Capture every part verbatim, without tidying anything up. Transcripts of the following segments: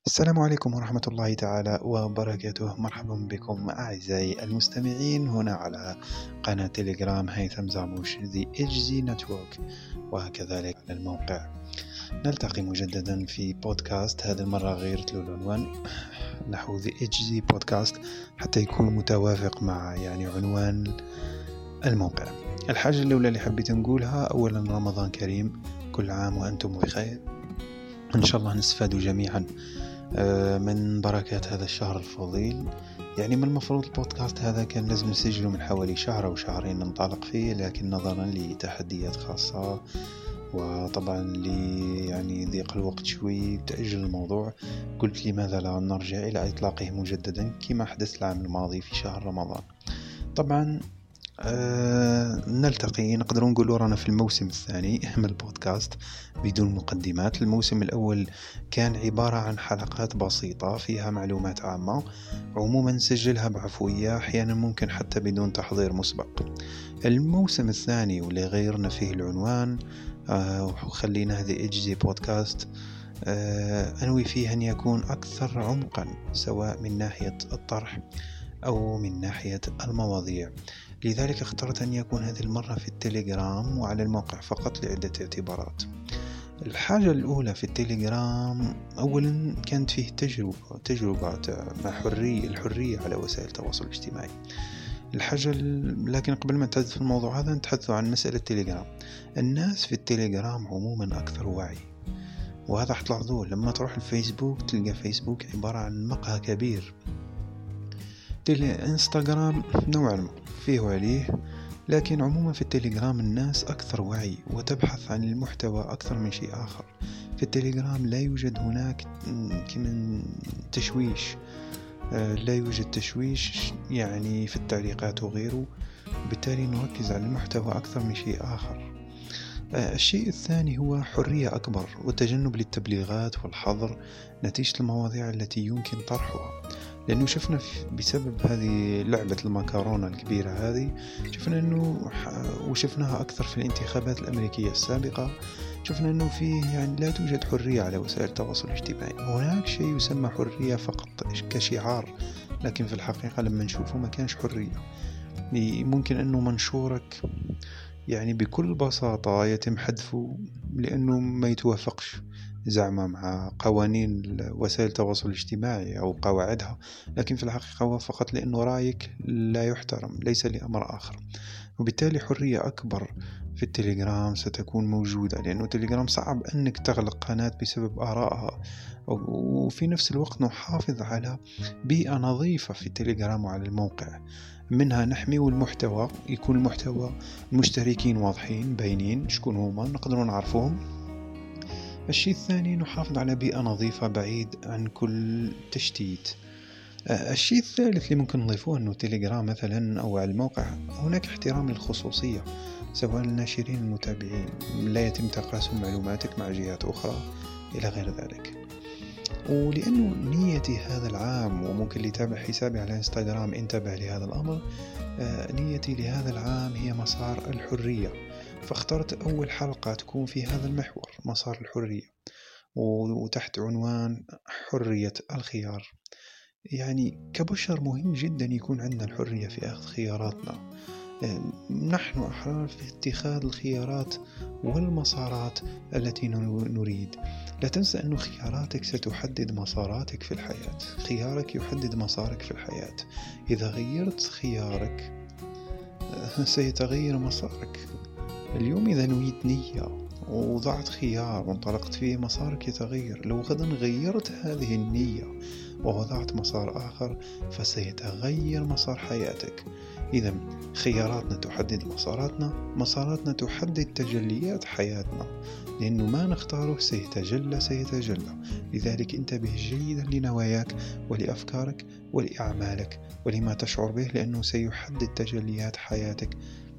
السلام عليكم ورحمة الله تعالى وبركاته. مرحبا بكم أعزائي المستمعين هنا على قناة تيليجرام هيثم زعموش The إتش زي Network، وكذلك على الموقع. نلتقي مجددا في بودكاست، هذه المرة غيرت له العنوان نحو The إتش زي Podcast حتى يكون متوافق مع يعني عنوان الموقع. الحاجة الأولى اللي حبيت نقولها، أولا رمضان كريم، كل عام وأنتم بخير، إن شاء الله نستفادوا جميعا من بركات هذا الشهر الفضيل. يعني من المفروض البودكاست هذا كان لازم نسجله من حوالي شهر أو شهرين ننطلق فيه، لكن نظرا لتحديات خاصة وطبعا لي يعني ضيق الوقت شوي تأجل الموضوع، قلت لماذا لا نرجع إلى إطلاقه مجددا كما حدث العام الماضي في شهر رمضان. طبعا أه نلتقي نقدر نقول رانا في الموسم الثاني من البودكاست بدون مقدمات. الموسم الأول كان عبارة عن حلقات بسيطة فيها معلومات عامة، عموما نسجلها بعفوية، أحيانا ممكن حتى بدون تحضير مسبق. الموسم الثاني واللي غيرنا فيه العنوان أه وخلينا هذه إتش زي بودكاست، أه أنوي فيه أن يكون أكثر عمقا، سواء من ناحية الطرح أو من ناحية المواضيع. لذلك اخترت أن يكون هذه المرة في التليجرام وعلى الموقع فقط لعدة اعتبارات. الحاجة الأولى في التليجرام، أولا كانت فيه تجربة تجربة مع حرية الحرية على وسائل التواصل الاجتماعي. الحاجة لكن قبل ما نتحدث في الموضوع هذا نتحدث عن مسألة التليجرام. الناس في التليجرام عموما أكثر وعي، وهذا حتلاحظوه لما تروح الفيسبوك تلقى فيسبوك عبارة عن مقهى كبير. انستغرام نوعا ما فيه عليه، لكن عموما في التليجرام الناس أكثر وعي وتبحث عن المحتوى أكثر من شيء آخر. في التليجرام لا يوجد هناك كمن تشويش، لا يوجد تشويش يعني في التعليقات وغيره، بالتالي نركز على المحتوى أكثر من شيء آخر. الشيء الثاني هو حرية أكبر وتجنب للتبليغات والحظر نتيجة المواضيع التي يمكن طرحها، لأنه شفنا بسبب هذه لعبة المكرونة الكبيرة هذه، شفنا أنه وشفناها أكثر في الانتخابات الأمريكية السابقة، شفنا أنه فيه يعني لا توجد حرية على وسائل التواصل الاجتماعي. هناك شيء يسمى حرية فقط كشعار، لكن في الحقيقة لما نشوفه ما كانش حرية. ممكن أنه منشورك يعني بكل بساطة يتم حذفه لأنه ما يتوافقش زعما مع قوانين وسائل التواصل الاجتماعي أو قواعدها، لكن في الحقيقة هو فقط لأنه رأيك لا يحترم، ليس لأمر آخر. وبالتالي حرية أكبر في التليجرام ستكون موجودة، لأنه التليجرام صعب أنك تغلق قناة بسبب آرائها، وفي نفس الوقت نحافظ على بيئة نظيفة في التليجرام وعلى الموقع، منها نحمي والمحتوى يكون المحتوى المشتركين واضحين باينين شكون هما نقدروا نعرفوهم. الشيء الثاني نحافظ على بيئة نظيفة بعيد عن كل تشتيت. الشيء الثالث اللي ممكن نضيفوه أنه تليجرام مثلا أو على الموقع هناك احترام للخصوصية، سواء الناشرين المتابعين، لا يتم تقاسم معلوماتك مع جهات أخرى إلى غير ذلك. ولأنه نيتي هذا العام، وممكن اللي يتابع حسابي على انستغرام انتبه لهذا الأمر، نيتي لهذا العام هي مسار الحرية، فاخترت أول حلقة تكون في هذا المحور مسار الحرية، وتحت عنوان حرية الخيار. يعني كبشر مهم جدا يكون عندنا الحرية في أخذ خياراتنا، نحن أحرار في اتخاذ الخيارات والمسارات التي نريد. لا تنسى أن خياراتك ستحدد مساراتك في الحياة، خيارك يحدد مسارك في الحياة. إذا غيرت خيارك سيتغير مسارك. اليوم إذا نويت نية ووضعت خيار وانطلقت فيه مسارك يتغير، لو غدا غيرت هذه النية ووضعت مسار آخر فسيتغير مسار حياتك. إذا خياراتنا تحدد مساراتنا، مساراتنا تحدد تجليات حياتنا، لأنه ما نختاره سيتجلى سيتجلى. لذلك انتبه جيدا لنواياك ولأفكارك ولأعمالك ولما تشعر به، لأنه سيحدد تجليات حياتك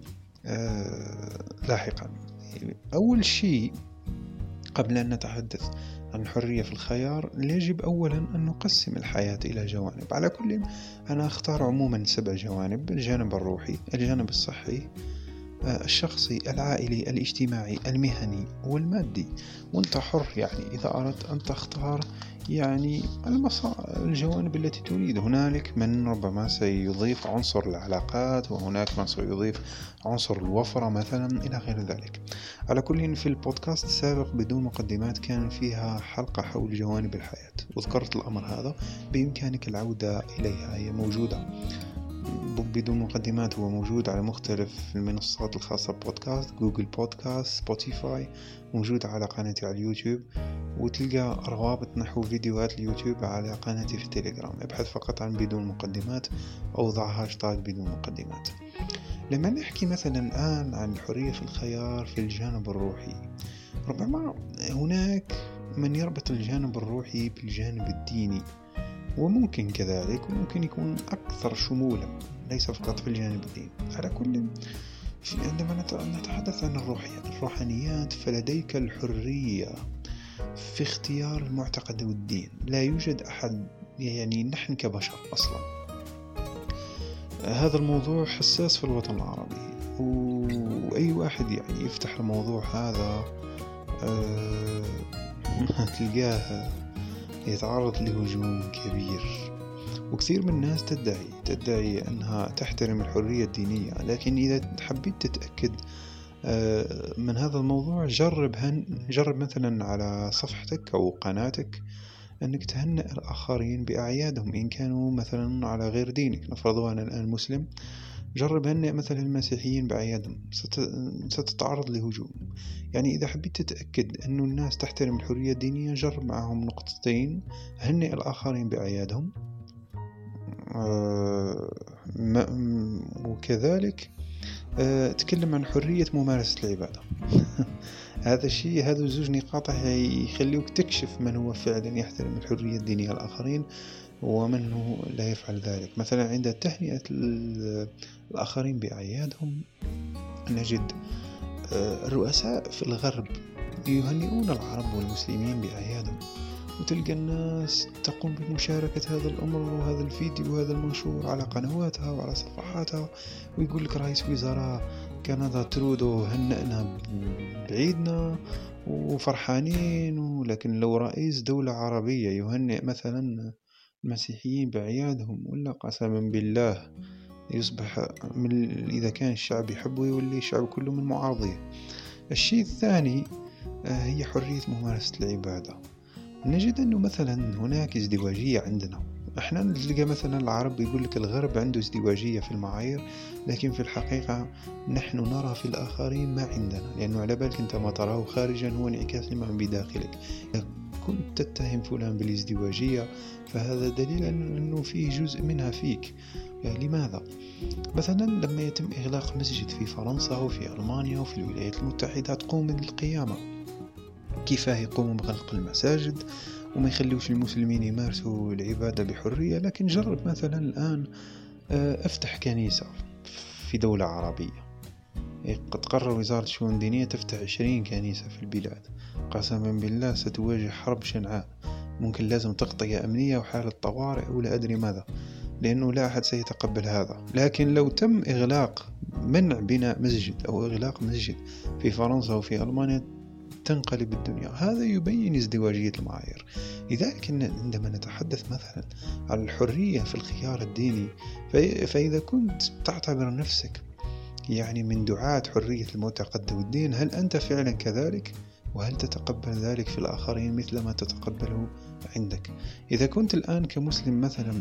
آه لاحقا. أول شيء قبل أن نتحدث عن الحرية في الخيار يجب أولا أن نقسم الحياة إلى جوانب. على كل أنا أختار عموما سبع جوانب: الجانب الروحي، الجانب الصحي، الشخصي، العائلي، الاجتماعي، المهني والمادي. وانت حر يعني إذا أردت أن تختار يعني الجوانب التي تريد. هنالك من ربما سيضيف عنصر العلاقات، وهناك من سيضيف عنصر الوفرة مثلا إلى غير ذلك. على كل، في البودكاست السابق بدون مقدمات كان فيها حلقة حول جوانب الحياة، وذكرت الأمر هذا بإمكانك العودة إليها، هي موجودة بدون مقدمات. هو موجود على مختلف المنصات الخاصة ببودكاست، جوجل بودكاست، سبوتيفاي، موجود على قناتي على اليوتيوب، وتلقى روابط نحو فيديوهات اليوتيوب على قناتي في التليجرام. ابحث فقط عن بدون مقدمات أو ضع هاشتاج بدون مقدمات. لما نحكي مثلا الآن عن الحرية في الخيار في الجانب الروحي، ربما هناك من يربط الجانب الروحي بالجانب الديني، وممكن كذلك وممكن يكون أكثر شمولا ليس فقط في الجانب الديني. على كل، عندما نتحدث عن الروحانيات فلديك الحرية في اختيار المعتقد والدين. لا يوجد أحد، يعني نحن كبشر أصلا، هذا الموضوع حساس في الوطن العربي، وأي واحد يعني يفتح الموضوع هذا أه تلقاه يتعرض لهجوم كبير. وكثير من الناس تدعي تدعي أنها تحترم الحرية الدينية، لكن إذا حبيت تتأكد من هذا الموضوع جرب هن جرب مثلا على صفحتك أو قناتك أنك تهنئ الآخرين بأعيادهم إن كانوا مثلا على غير دينك. نفرضوا أنا الآن مسلم، جرب هنئ مثلا المسيحيين بأعيادهم، ستتعرض لهجوم. يعني إذا حبيت تتأكد أن الناس تحترم الحرية الدينية، جرب معهم نقطتين: هنئ الآخرين بأعيادهم، وكذلك تكلم عن حرية ممارسة العبادة. هذا الشيء، هذا زوج نقاط يخليك تكشف من هو فعلا يحترم الحرية الدينية الآخرين ومن هو لا يفعل ذلك. مثلا عند تهنئة الآخرين بأعيادهم نجد الرؤساء في الغرب يهنئون العرب والمسلمين بأعيادهم، وتلقى الناس تقوم بمشاركة هذا الأمر وهذا الفيديو وهذا المنشور على قنواتها وعلى صفحاتها، ويقول لك رئيس وزراء كندا ترودو هنئنا بعيدنا وفرحانين. ولكن لو رئيس دولة عربية يهنئ مثلا المسيحيين بأعيادهم، ولا قسما بالله يصبح من إذا كان الشعب يحبه يولي الشعب كله من معارضيه. الشيء الثاني هي حرية ممارسة العبادة. نجد أنه مثلا هناك ازدواجية عندنا. احنا نلقى مثلا العرب يقول لك الغرب عنده ازدواجية في المعايير، لكن في الحقيقة نحن نرى في الآخرين ما عندنا، لأنه على بالك أنت ما تراه خارجا هو انعكاس لما بداخلك. كنت تتهم فلان بالازدواجية فهذا دليل أنه فيه جزء منها فيك. يعني لماذا؟ مثلا لما يتم إغلاق مسجد في فرنسا وفي ألمانيا وفي الولايات المتحدة تقوم القيامة، كيفاه يقوموا بغلق المساجد وما يخلوش المسلمين يمارسوا العبادة بحرية. لكن جرب مثلا الآن افتح كنيسة في دولة عربية، قد قرر وزارة الشؤون الدينية تفتح عشرين كنيسة في البلاد، قسما بالله ستواجه حرب شنعاء. ممكن لازم تغطية أمنية وحالة طوارئ أو لا أدري ماذا، لأنه لا أحد سيتقبل هذا. لكن لو تم إغلاق منع بناء مسجد أو إغلاق مسجد في فرنسا وفي ألمانيا تنقلب الدنيا. هذا يبين ازدواجية المعايير. لذلك عندما نتحدث مثلا عن الحرية في الخيار الديني، فإذا كنت تعتبر نفسك يعني من دعاة حرية المعتقد والدين، هل أنت فعلا كذلك؟ وهل تتقبل ذلك في الآخرين مثل ما تتقبله عندك؟ إذا كنت الآن كمسلم مثلا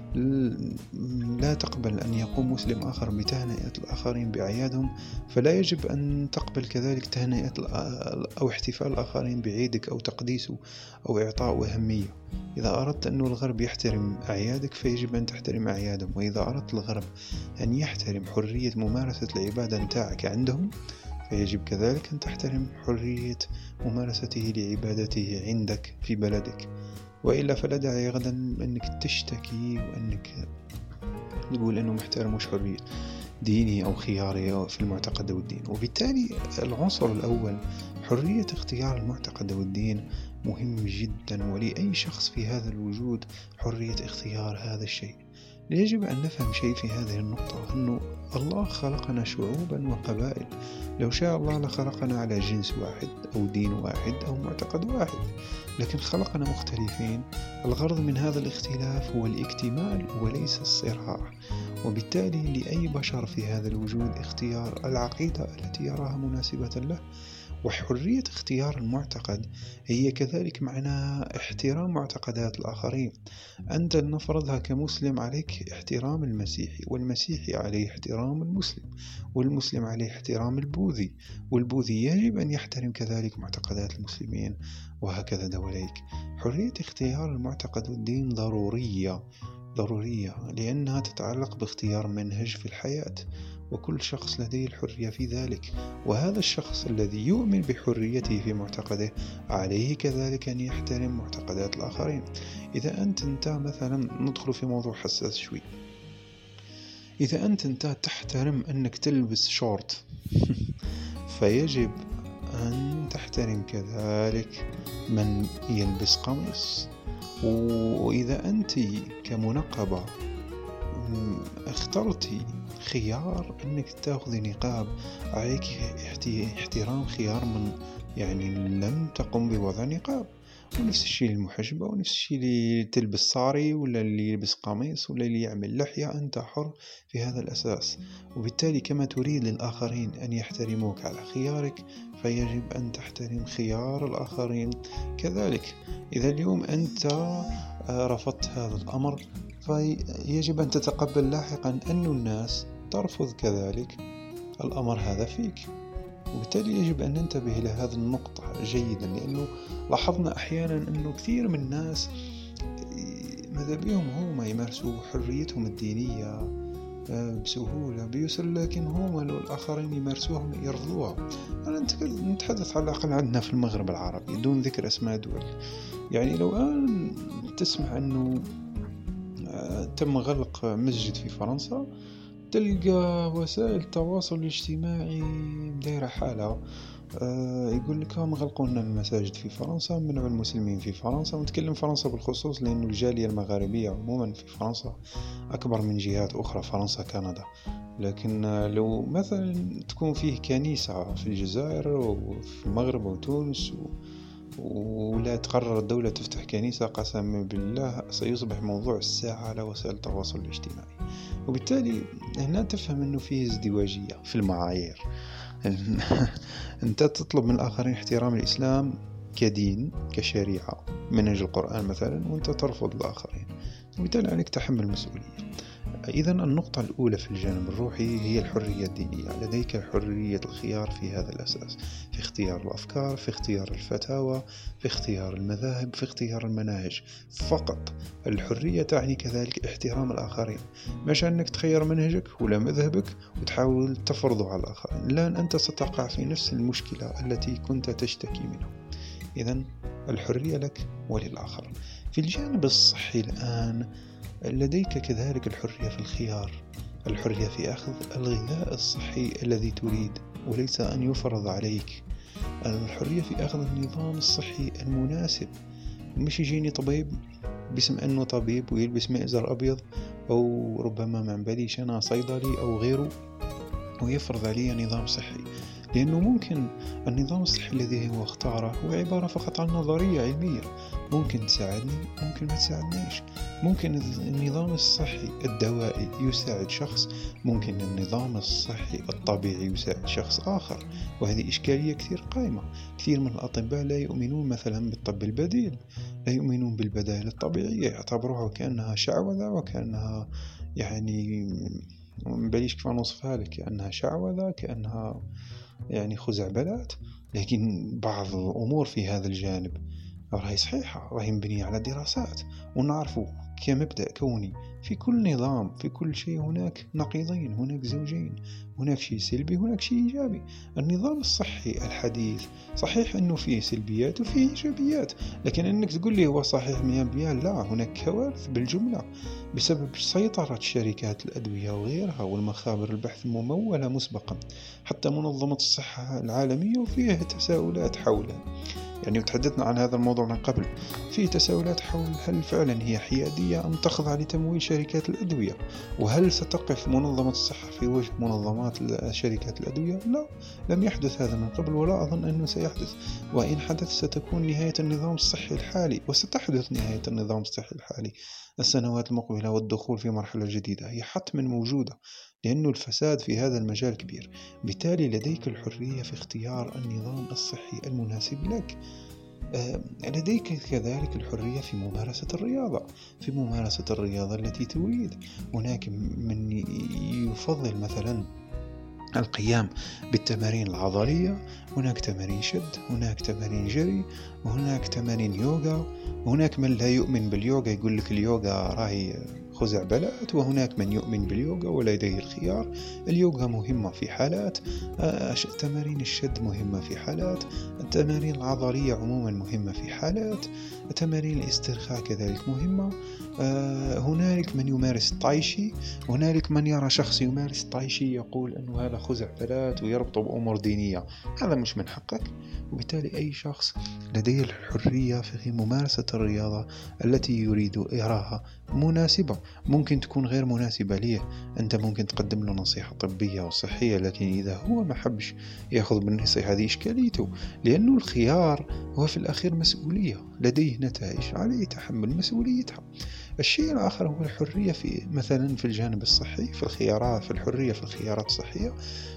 لا تقبل أن يقوم مسلم آخر بتهنئة الآخرين بأعيادهم، فلا يجب أن تقبل كذلك تهنئة أو احتفال الآخرين بعيدك أو تقديسه أو إعطاء أهمية. إذا أردت أن الغرب يحترم أعيادك فيجب أن تحترم أعيادهم، وإذا أردت الغرب أن يحترم حرية ممارسة العبادة متاعك عندهم فيجب كذلك أن تحترم حرية ممارسته لعبادته عندك في بلدك. وإلا فلا داعي غدا أنك تشتكي وأنك تقول أنه محترمش حرية ديني أو خياري في المعتقد والدين. وبالتالي العنصر الأول حرية اختيار المعتقد والدين مهم جدا، ولأي شخص في هذا الوجود حرية اختيار هذا الشيء. يجب أن نفهم شيء في هذه النقطة، أنه الله خلقنا شعوبا وقبائل. لو شاء الله لخلقنا على جنس واحد أو دين واحد أو معتقد واحد، لكن خلقنا مختلفين. الغرض من هذا الاختلاف هو الاكتمال وليس الصراع، وبالتالي لأي بشر في هذا الوجود اختيار العقيدة التي يراها مناسبة له. وحرية اختيار المعتقد هي كذلك معناها احترام معتقدات الآخرين. أنت لنفرضها كمسلم عليك احترام المسيحي، والمسيحي عليه احترام المسلم، والمسلم عليه احترام البوذي، والبوذي يجب أن يحترم كذلك معتقدات المسلمين، وهكذا دواليك. حرية اختيار المعتقد والدين ضرورية ضرورية لأنها تتعلق باختيار منهج في الحياة، وكل شخص لديه الحرية في ذلك. وهذا الشخص الذي يؤمن بحريته في معتقده عليه كذلك أن يحترم معتقدات الآخرين. إذا أنت انت مثلا ندخل في موضوع حساس شوي، إذا أنت انت تحترم أنك تلبس شورت فيجب أن تحترم كذلك من يلبس قميص. وإذا أنت كمنقبة اخترتي خيار أنك تأخذي نقاب، عليك احترام خيار من يعني لم تقم بوضع نقاب. ونفس الشيء للمحجبة، ونفس الشيء اللي تلبس صاري ولا اللي يلبس قميص ولا اللي يعمل لحية. أنت حر في هذا الأساس، وبالتالي كما تريد للآخرين أن يحترموك على خيارك فيجب أن تحترم خيار الآخرين كذلك. إذا اليوم أنت رفضت هذا الأمر فيجب أن تتقبل لاحقا أن الناس ترفض كذلك الأمر هذا فيك. وبالتالي يجب أن ننتبه إلى هذه النقطة جيدا، لأنه لاحظنا أحيانا أنه كثير من الناس ماذا بهم هم يمارسوا حريتهم الدينية بسهولة بيسر، لكن هم والآخرين يمارسوها يرفضوها. أنا نتحدث على الأقل عندنا في المغرب العربي دون ذكر أسماء دول. يعني لو أن تسمع أنه تم غلق مسجد في فرنسا، تلقى وسائل التواصل الاجتماعي دايرة حالة أه يقول لك هم غلقوا لنا المساجد في فرنسا، منعوا المسلمين في فرنسا. ونتكلم فرنسا بالخصوص لأنه الجالية المغاربية عموما في فرنسا أكبر من جهات أخرى، فرنسا كندا. لكن لو مثلا تكون فيه كنيسة في الجزائر وفي المغرب وتونس و ولا تقرر الدولة تفتح كنيسة، قسما بالله سيصبح موضوع الساعة على وسائل التواصل الاجتماعي. وبالتالي هنا تفهم أنه فيه ازدواجية في المعايير. أنت تطلب من الآخرين احترام الإسلام كدين كشريعة منهج القرآن مثلا، وأنت ترفض الآخرين، وبالتالي عليك تحمل المسؤولية. إذا النقطة الأولى في الجانب الروحي هي الحرية الدينية. لديك حرية الخيار في هذا الأساس، في اختيار الأفكار، في اختيار الفتاوى، في اختيار المذاهب، في اختيار المناهج فقط. الحرية تعني كذلك احترام الآخرين، مش أنك تخير منهجك ولا مذهبك وتحاول تفرضه على الآخرين، لأن أنت ستقع في نفس المشكلة التي كنت تشتكي منها. إذن الحرية لك وللآخر. في الجانب الصحي الآن لديك كذلك الحرية في الخيار، الحرية في أخذ الغذاء الصحي الذي تريد وليس أن يفرض عليك، الحرية في أخذ النظام الصحي المناسب. مش يجيني طبيب باسم أنه طبيب ويلبس مئزر أبيض، أو ربما ما باليش أنا صيدلي أو غيره، ويفرض علي نظام صحي. لأنه ممكن النظام الصحي الذي هو اختاره هو عبارة فقط عن نظرية علمية، ممكن تساعدني ممكن ما تساعدنيش. ممكن النظام الصحي الدوائي يساعد شخص، ممكن النظام الصحي الطبيعي يساعد شخص آخر، وهذه إشكالية كثير قائمة. كثير من الأطباء لا يؤمنون مثلا بالطب البديل، لا يؤمنون بالبدائل الطبيعية، يعتبروها كأنها شعوذة وكأنها يعني مباليش كيف نوصفها لك، كأنها شعوذة، كأنها يعني خزعبلات. لكن بعض الأمور في هذا الجانب راهي صحيحة، راهي مبنية على دراسات. ونعرفوا كمبدأ كوني في كل نظام في كل شيء هناك نقيضين، هناك زوجين، هناك شيء سلبي هناك شيء إيجابي. النظام الصحي الحديث صحيح أنه فيه سلبيات وفيه إيجابيات، لكن أنك تقول لي هو صحيح مية بالمية لا، هناك كوارث بالجملة بسبب سيطرة شركات الأدوية وغيرها والمخابر البحث الممولة مسبقا، حتى منظمة الصحة العالمية وفيها تساؤلات حولها. يعني تحدثنا عن هذا الموضوع من قبل، في تساؤلات حول هل فعلا هي حيادية الصحية أم تخضع لتمويل شركات الأدوية؟ وهل ستقف منظمة الصحة في وجه منظمات شركات الأدوية؟ لا، لم يحدث هذا من قبل ولا أظن أنه سيحدث، وإن حدث ستكون نهاية النظام الصحي الحالي، وستحدث نهاية النظام الصحي الحالي السنوات المقبلة، والدخول في مرحلة جديدة هي حتما موجودة، لأن الفساد في هذا المجال كبير. بالتالي لديك الحرية في اختيار النظام الصحي المناسب لك. لديك كذلك الحرية في ممارسة الرياضة في ممارسة الرياضة التي تريد. هناك من يفضل مثلا القيام بالتمارين العضلية، هناك تمارين شد، هناك تمارين جري، وهناك تمارين يوغا. هناك من لا يؤمن باليوغا، يقول لك اليوغا راهي خزعبلات، وهناك من يؤمن باليوغا ولديه الخيار. اليوغا مهمة في حالات، تمارين الشد مهمة في حالات، التمارين العضلية عموما مهمة في حالات، تمارين الاسترخاء كذلك مهمة. هنالك من يمارس الطايشي، هنالك من يرى شخص يمارس الطايشي يقول أنه هذا خزعبلات ويربط بأمور دينية. هذا مش من حقك، وبالتالي أي شخص لديه الحرية في ممارسة الرياضة التي يريد يراها مناسبة. ممكن تكون غير مناسبة ليه، أنت ممكن تقدم له نصيحة طبية وصحية، لكن إذا هو ما حبش يأخذ بالنصيحة هذه إشكاليته، لأنه الخيار هو في الأخير مسؤولية، لديه نتائج عليه تحمل مسؤوليتها. الشيء الآخر هو الحرية في مثلا في الجانب الصحي، في الخيارات، في الحرية في الخيارات الصحية.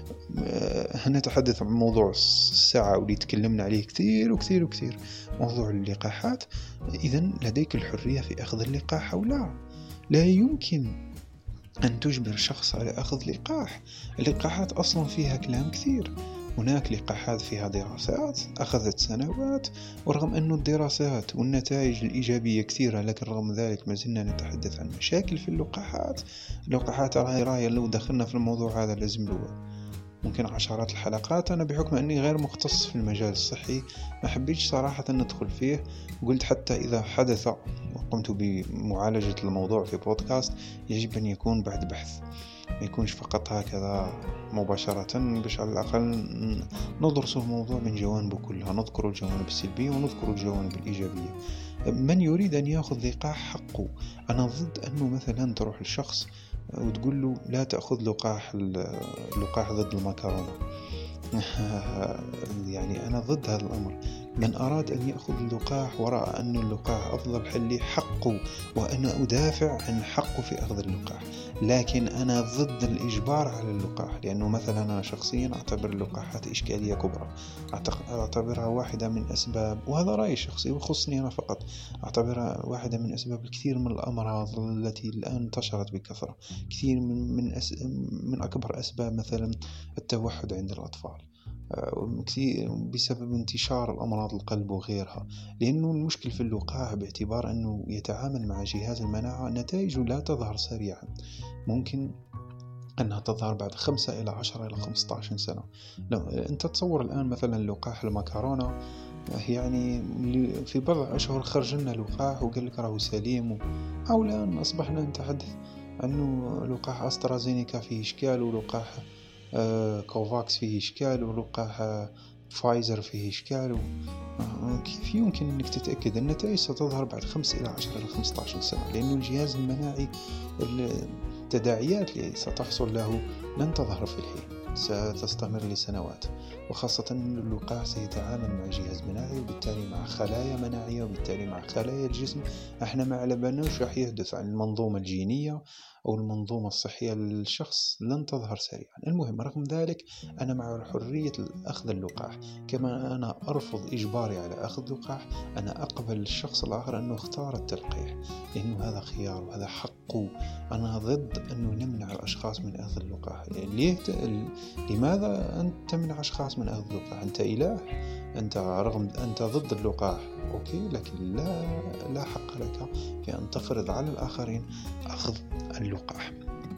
نتحدث عن موضوع الساعة واللي تكلمنا عليه كثير وكثير وكثير، موضوع اللقاحات. إذن لديك الحرية في أخذ اللقاح أو لا. لا يمكن أن تجبر شخص على أخذ لقاح. اللقاحات أصلا فيها كلام كثير، هناك لقاحات فيها دراسات أخذت سنوات، ورغم أن الدراسات والنتائج الإيجابية كثيرة، لكن رغم ذلك ما زلنا نتحدث عن مشاكل في اللقاحات. اللقاحات راية لو دخلنا في الموضوع هذا لازم له ممكن عشرات الحلقات. أنا بحكم أني غير مختص في المجال الصحي ما حبيتش صراحة أن ندخل فيه، قلت حتى إذا حدث وقمت بمعالجة الموضوع في بودكاست يجب أن يكون بعد بحث، ما يكونش فقط هكذا مباشرة، باش على الأقل ندرس الموضوع من جوانبه كلها، نذكر الجوانب السلبية ونذكر الجوانب الإيجابية. من يريد أن يأخذ لقاح حقه. أنا ضد أنه مثلا تروح للشخص وتقول له لا تأخذ لقاح لقاح ضد المكرونة. يعني أنا ضد هذا الأمر. من أراد أن يأخذ اللقاح ورأى أن اللقاح أفضل حل حقه، وأنا أدافع عن حقه في أخذ اللقاح، لكن أنا ضد الإجبار على اللقاح. لأنه مثلا أنا شخصيا أعتبر اللقاحات إشكالية كبرى، أعتبرها واحدة من أسباب، وهذا رأيي الشخصي وخصني أنا فقط، أعتبرها واحدة من أسباب الكثير من الأمراض التي الآن انتشرت بكثرة. كثير من من, أس من أكبر أسباب مثلا التوحد عند الأطفال، كثير بسبب انتشار الأمراض القلب وغيرها. لأنه المشكل في اللقاح باعتبار أنه يتعامل مع جهاز المناعة، نتائجه لا تظهر سريعا، ممكن أنها تظهر بعد خمسة إلى عشرة إلى خمسة عشر سنة. لو أنت تصور الآن مثلا لقاح المكرونة، يعني في بضع أشهر خرج لنا لقاح وقال لك راهو سليم، أو الآن أصبحنا نتحدث أنه لقاح أسترازينيكا فيه إشكال، ولقاح آه كوفاكس فيه إشكال، ولقاح آه فايزر فيه إشكال. آه كيف يمكن أنك تتأكد؟ النتائج ستظهر بعد خمسة إلى عشرة إلى خمسة عشر سنة، لأن الجهاز المناعي التداعيات اللي ستحصل له لن تظهر في الحين، ستستمر لسنوات. وخاصة أن اللقاح سيتعامل مع جهاز مناعي، وبالتالي مع خلايا مناعية، وبالتالي مع خلايا الجسم. احنا ما علمناش راح يحدث عن المنظومة الجينية أو المنظومة الصحية للشخص، لن تظهر سريعا. المهم رغم ذلك أنا مع حرية أخذ اللقاح، كما أنا أرفض إجباري على أخذ لقاح. أنا أقبل الشخص الآخر أنه اختار التلقيح، لأنه هذا خيار وهذا حقه. أنا ضد أنه نمنع الأشخاص من أخذ اللقاح. ليه ت... لماذا أنت تمنع أشخاص من أخذ اللقاح؟ أنت إله؟ أنت رغم أنت ضد اللقاح أوكي، لكن لا لا حق لك في أن تفرض على الآخرين أخذ اللقاح.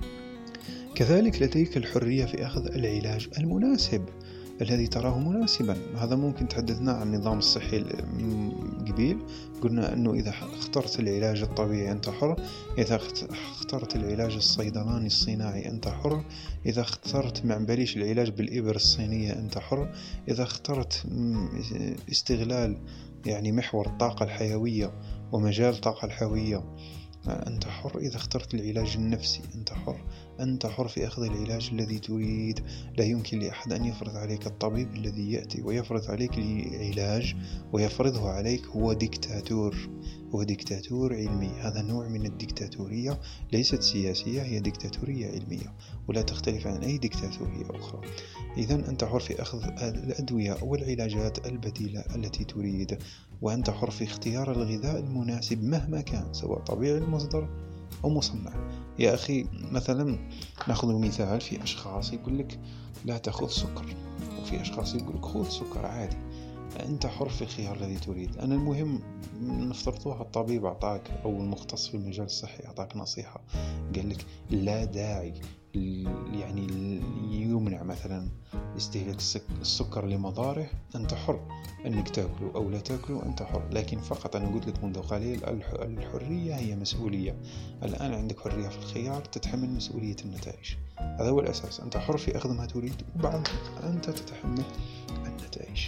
كذلك لديك الحرية في أخذ العلاج المناسب الذي تراه مناسبا. هذا ممكن تحدثنا عن النظام الصحي قبيل، قلنا أنه إذا اخترت العلاج الطبيعي أنت حر، إذا اخترت العلاج الصيدلاني الصناعي أنت حر، إذا اخترت معبليش العلاج بالإبر الصينية أنت حر، إذا اخترت استغلال يعني محور الطاقة الحيوية ومجال الطاقة الحيوية أنت حر إذا اخترت العلاج النفسي، أنت حر، أنت حر في أخذ العلاج الذي تريد. لا يمكن لأحد أن يفرض عليك. الطبيب الذي يأتي ويفرض عليك العلاج ويفرضه عليك هو ديكتاتور، هو ديكتاتور علمي. هذا نوع من الديكتاتورية، ليست سياسية، هي ديكتاتورية علمية ولا تختلف عن أي ديكتاتورية أخرى. إذن أنت حر في أخذ الأدوية والعلاجات البديلة التي تريد، وأنت حر في اختيار الغذاء المناسب مهما كان، سواء طبيعي المصدر أو مصنع. يا أخي مثلا نأخذ مثال، في أشخاص يقول لك لا تأخذ سكر، وفي أشخاص يقول لك خذ سكر عادي. أنت حر في الخيار الذي تريد. أنا المهم نفترضها الطبيب أعطاك أو المختص في المجال الصحي أعطاك نصيحة، قال لك لا داعي يعني يمنع مثلا استهلاك السكر لمضاره، أنت حر أنك تأكله أو لا تأكله، أنت حر. لكن فقط أنا قلت لك منذ قليل الحرية هي مسؤولية. الآن عندك حرية في الخيار، تتحمل مسؤولية النتائج. هذا هو الأساس. أنت حر في أخذ ما تريد، وبعد أنت تتحمل النتائج.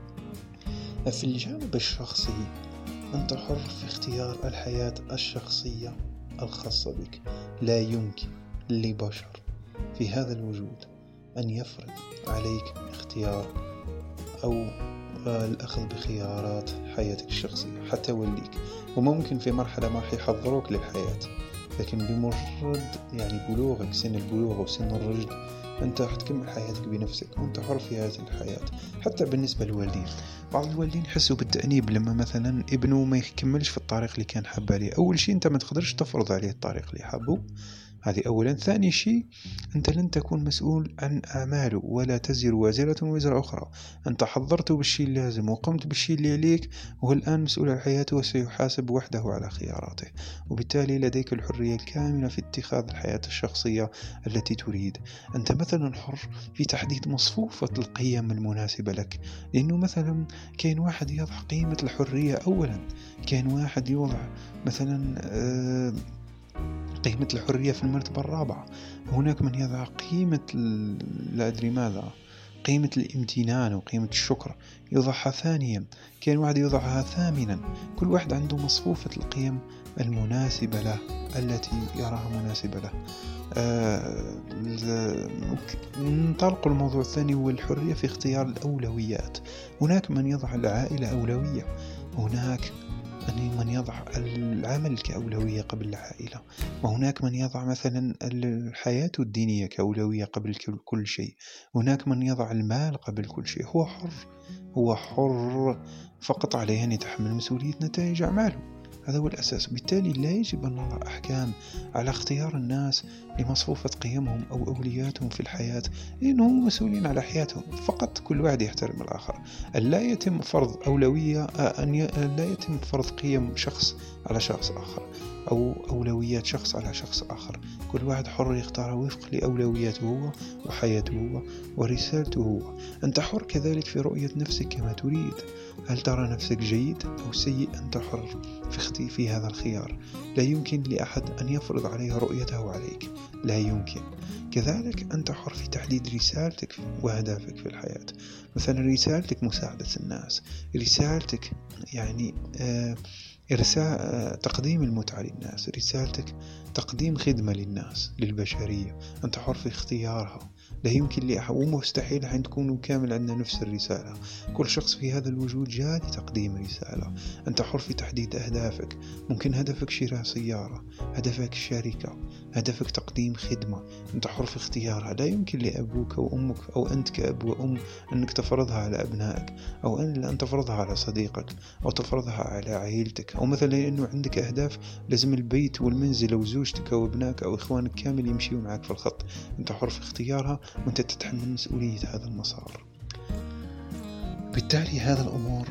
في الجانب الشخصي أنت حر في اختيار الحياة الشخصية الخاصة بك. لا يمكن لبشر في هذا الوجود أن يفرض عليك اختيار أو الأخذ بخيارات حياتك الشخصية، حتى وليك. وممكن في مرحلة ما يحضروك للحياة، لكن بمجرد يعني بلوغك، سن البلوغ وسن الرشد، أنت حتكمل حياتك بنفسك وأنت حر في هذه الحياة. حتى بالنسبة للوالدين، بعض الوالدين يحسوا بالتأنيب لما مثلا ابنه ما يكملش في الطريق اللي كان حاب عليه. أول شيء أنت ما تقدرش تفرض عليه الطريق اللي حابه، هذه أولا. ثاني شيء أنت لن تكون مسؤول عن أعماله، ولا تزر وازرة وزر أخرى. أنت حضرته بالشيء اللازم وقمت بالشيء اللي عليك، وهو الآن مسؤول عن حياته وسيحاسب وحده على خياراته. وبالتالي لديك الحرية الكاملة في اتخاذ الحياة الشخصية التي تريد. أنت مثلا حر في تحديد مصفوفة القيم المناسبة لك، لأنه مثلا كان واحد يضع قيمة الحرية أولا، كان واحد يوضع مثلا آه قيمة الحرية في المرتبة الرابعة. هناك من يضع قيمة لا أدري ماذا، قيمة الامتنان وقيمة الشكر يضعها ثانيا، كان واحد يضعها ثامنا. كل واحد عنده مصفوفة القيم المناسبة له التي يراها مناسبة له. آه ننطلق الموضوع الثاني هو الحرية في اختيار الأولويات. هناك من يضع العائلة أولوية، هناك من يضع العمل كأولوية قبل العائلة، وهناك من يضع مثلا الحياة الدينية كأولوية قبل كل شيء، هناك من يضع المال قبل كل شيء. هو حر، هو حر، فقط عليه أن يتحمل مسؤولية نتائج أعماله. هذا هو الأساس. بالتالي لا يجب أن نضع أحكام على اختيار الناس لمصفوفة قيمهم أو أولوياتهم في الحياة، لأنهم مسؤولين على حياتهم. فقط كل واحد يحترم الآخر. لا يتم فرض أولوية أن ي... لا يتم فرض قيم شخص على شخص آخر أو أولويات شخص على شخص آخر. كل واحد حر يختار وفق لأولوياته هو وحياته هو ورسالته هو. أنت حر كذلك في رؤية نفسك كما تريد. هل ترى نفسك جيد أو سيء؟ أنت حر في اختي في هذا الخيار. لا يمكن لأحد أن يفرض عليه رؤيته عليك، لا يمكن. كذلك أنت حر في تحديد رسالتك وأهدافك في الحياة. مثلا رسالتك مساعدة الناس، رسالتك يعني آه إرساء تقديم المتعة للناس، رسالتك تقديم خدمة للناس للبشرية. أنت حر في اختيارها. لا يمكن لأحد، ومستحيل أن تكونوا كامل عندنا نفس الرسالة. كل شخص في هذا الوجود جاء لتقديم رسالة. أنت حر في تحديد أهدافك. ممكن هدفك شراء سيارة، هدفك شركة، هدفك تقديم خدمة. أنت حر في اختيارها. لا يمكن لأبوك أو أمك أو أنت كأب وأم أنك تفرضها على أبنائك، أو أن تفرضها على صديقك، أو تفرضها على عائلتك، أو مثلا لأنه عندك أهداف لازم البيت والمنزل أو زوجتك أو ابنائك أو إخوانك كامل يمشيوا معك في الخط. أنت حر في اختيارها، وأنت تتحمل مسؤولية هذا المسار. بالتالي هذا الأمور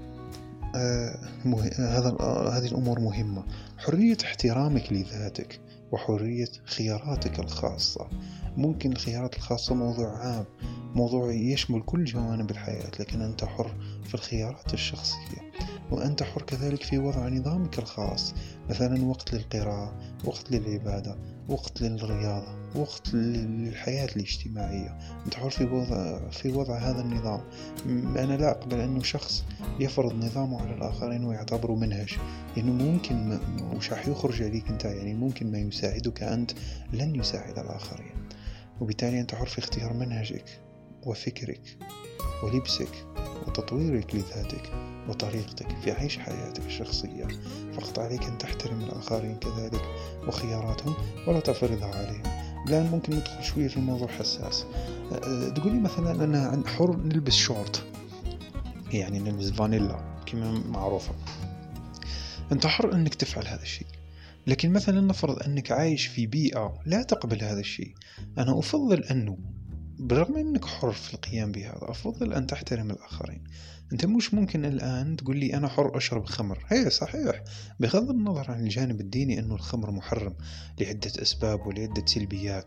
آه مه... هذا آه هذه الأمور مهمة. حرية احترامك لذاتك وحرية خياراتك الخاصة. ممكن الخيارات الخاصة موضوع عام، موضوع يشمل كل جوانب الحياة، لكن أنت حر في الخيارات الشخصية. وأنت حر كذلك في وضع نظامك الخاص، مثلا وقت للقراءة، وقت للعبادة، وقت للرياضة، وقت للحياة الاجتماعية. أنت حر في وضع, في وضع هذا النظام. أنا لا أقبل أنه شخص يفرض نظامه على الآخرين ويعتبره منهج، لأنه ممكن وش راح يخرج عليك أنت، يعني ممكن ما يساعدك أنت لن يساعد الآخرين. وبالتالي أنت حر في اختيار منهجك وفكرك ولبسك وتطويرك لذاتك وطريقتك في عيش حياتك الشخصية. فقط عليك أن تحترم الآخرين كذلك وخياراتهم ولا تفرضها عليهم. الآن ممكن ندخل شوية في الموضوع حساس. تقولي مثلا أنا حر نلبس شورت، يعني نلبس فانيلا كما معروفة. أنت حر أنك تفعل هذا الشيء، لكن مثلا نفرض أنك عايش في بيئة لا تقبل هذا الشيء. أنا أفضل أنه برغم أنك حر في القيام بهذا، أفضل أن تحترم الآخرين. أنت مش ممكن الآن تقول لي أنا حر أشرب خمر. هي صحيح بغض النظر عن الجانب الديني أنه الخمر محرم لعدة أسباب ولعدة سلبيات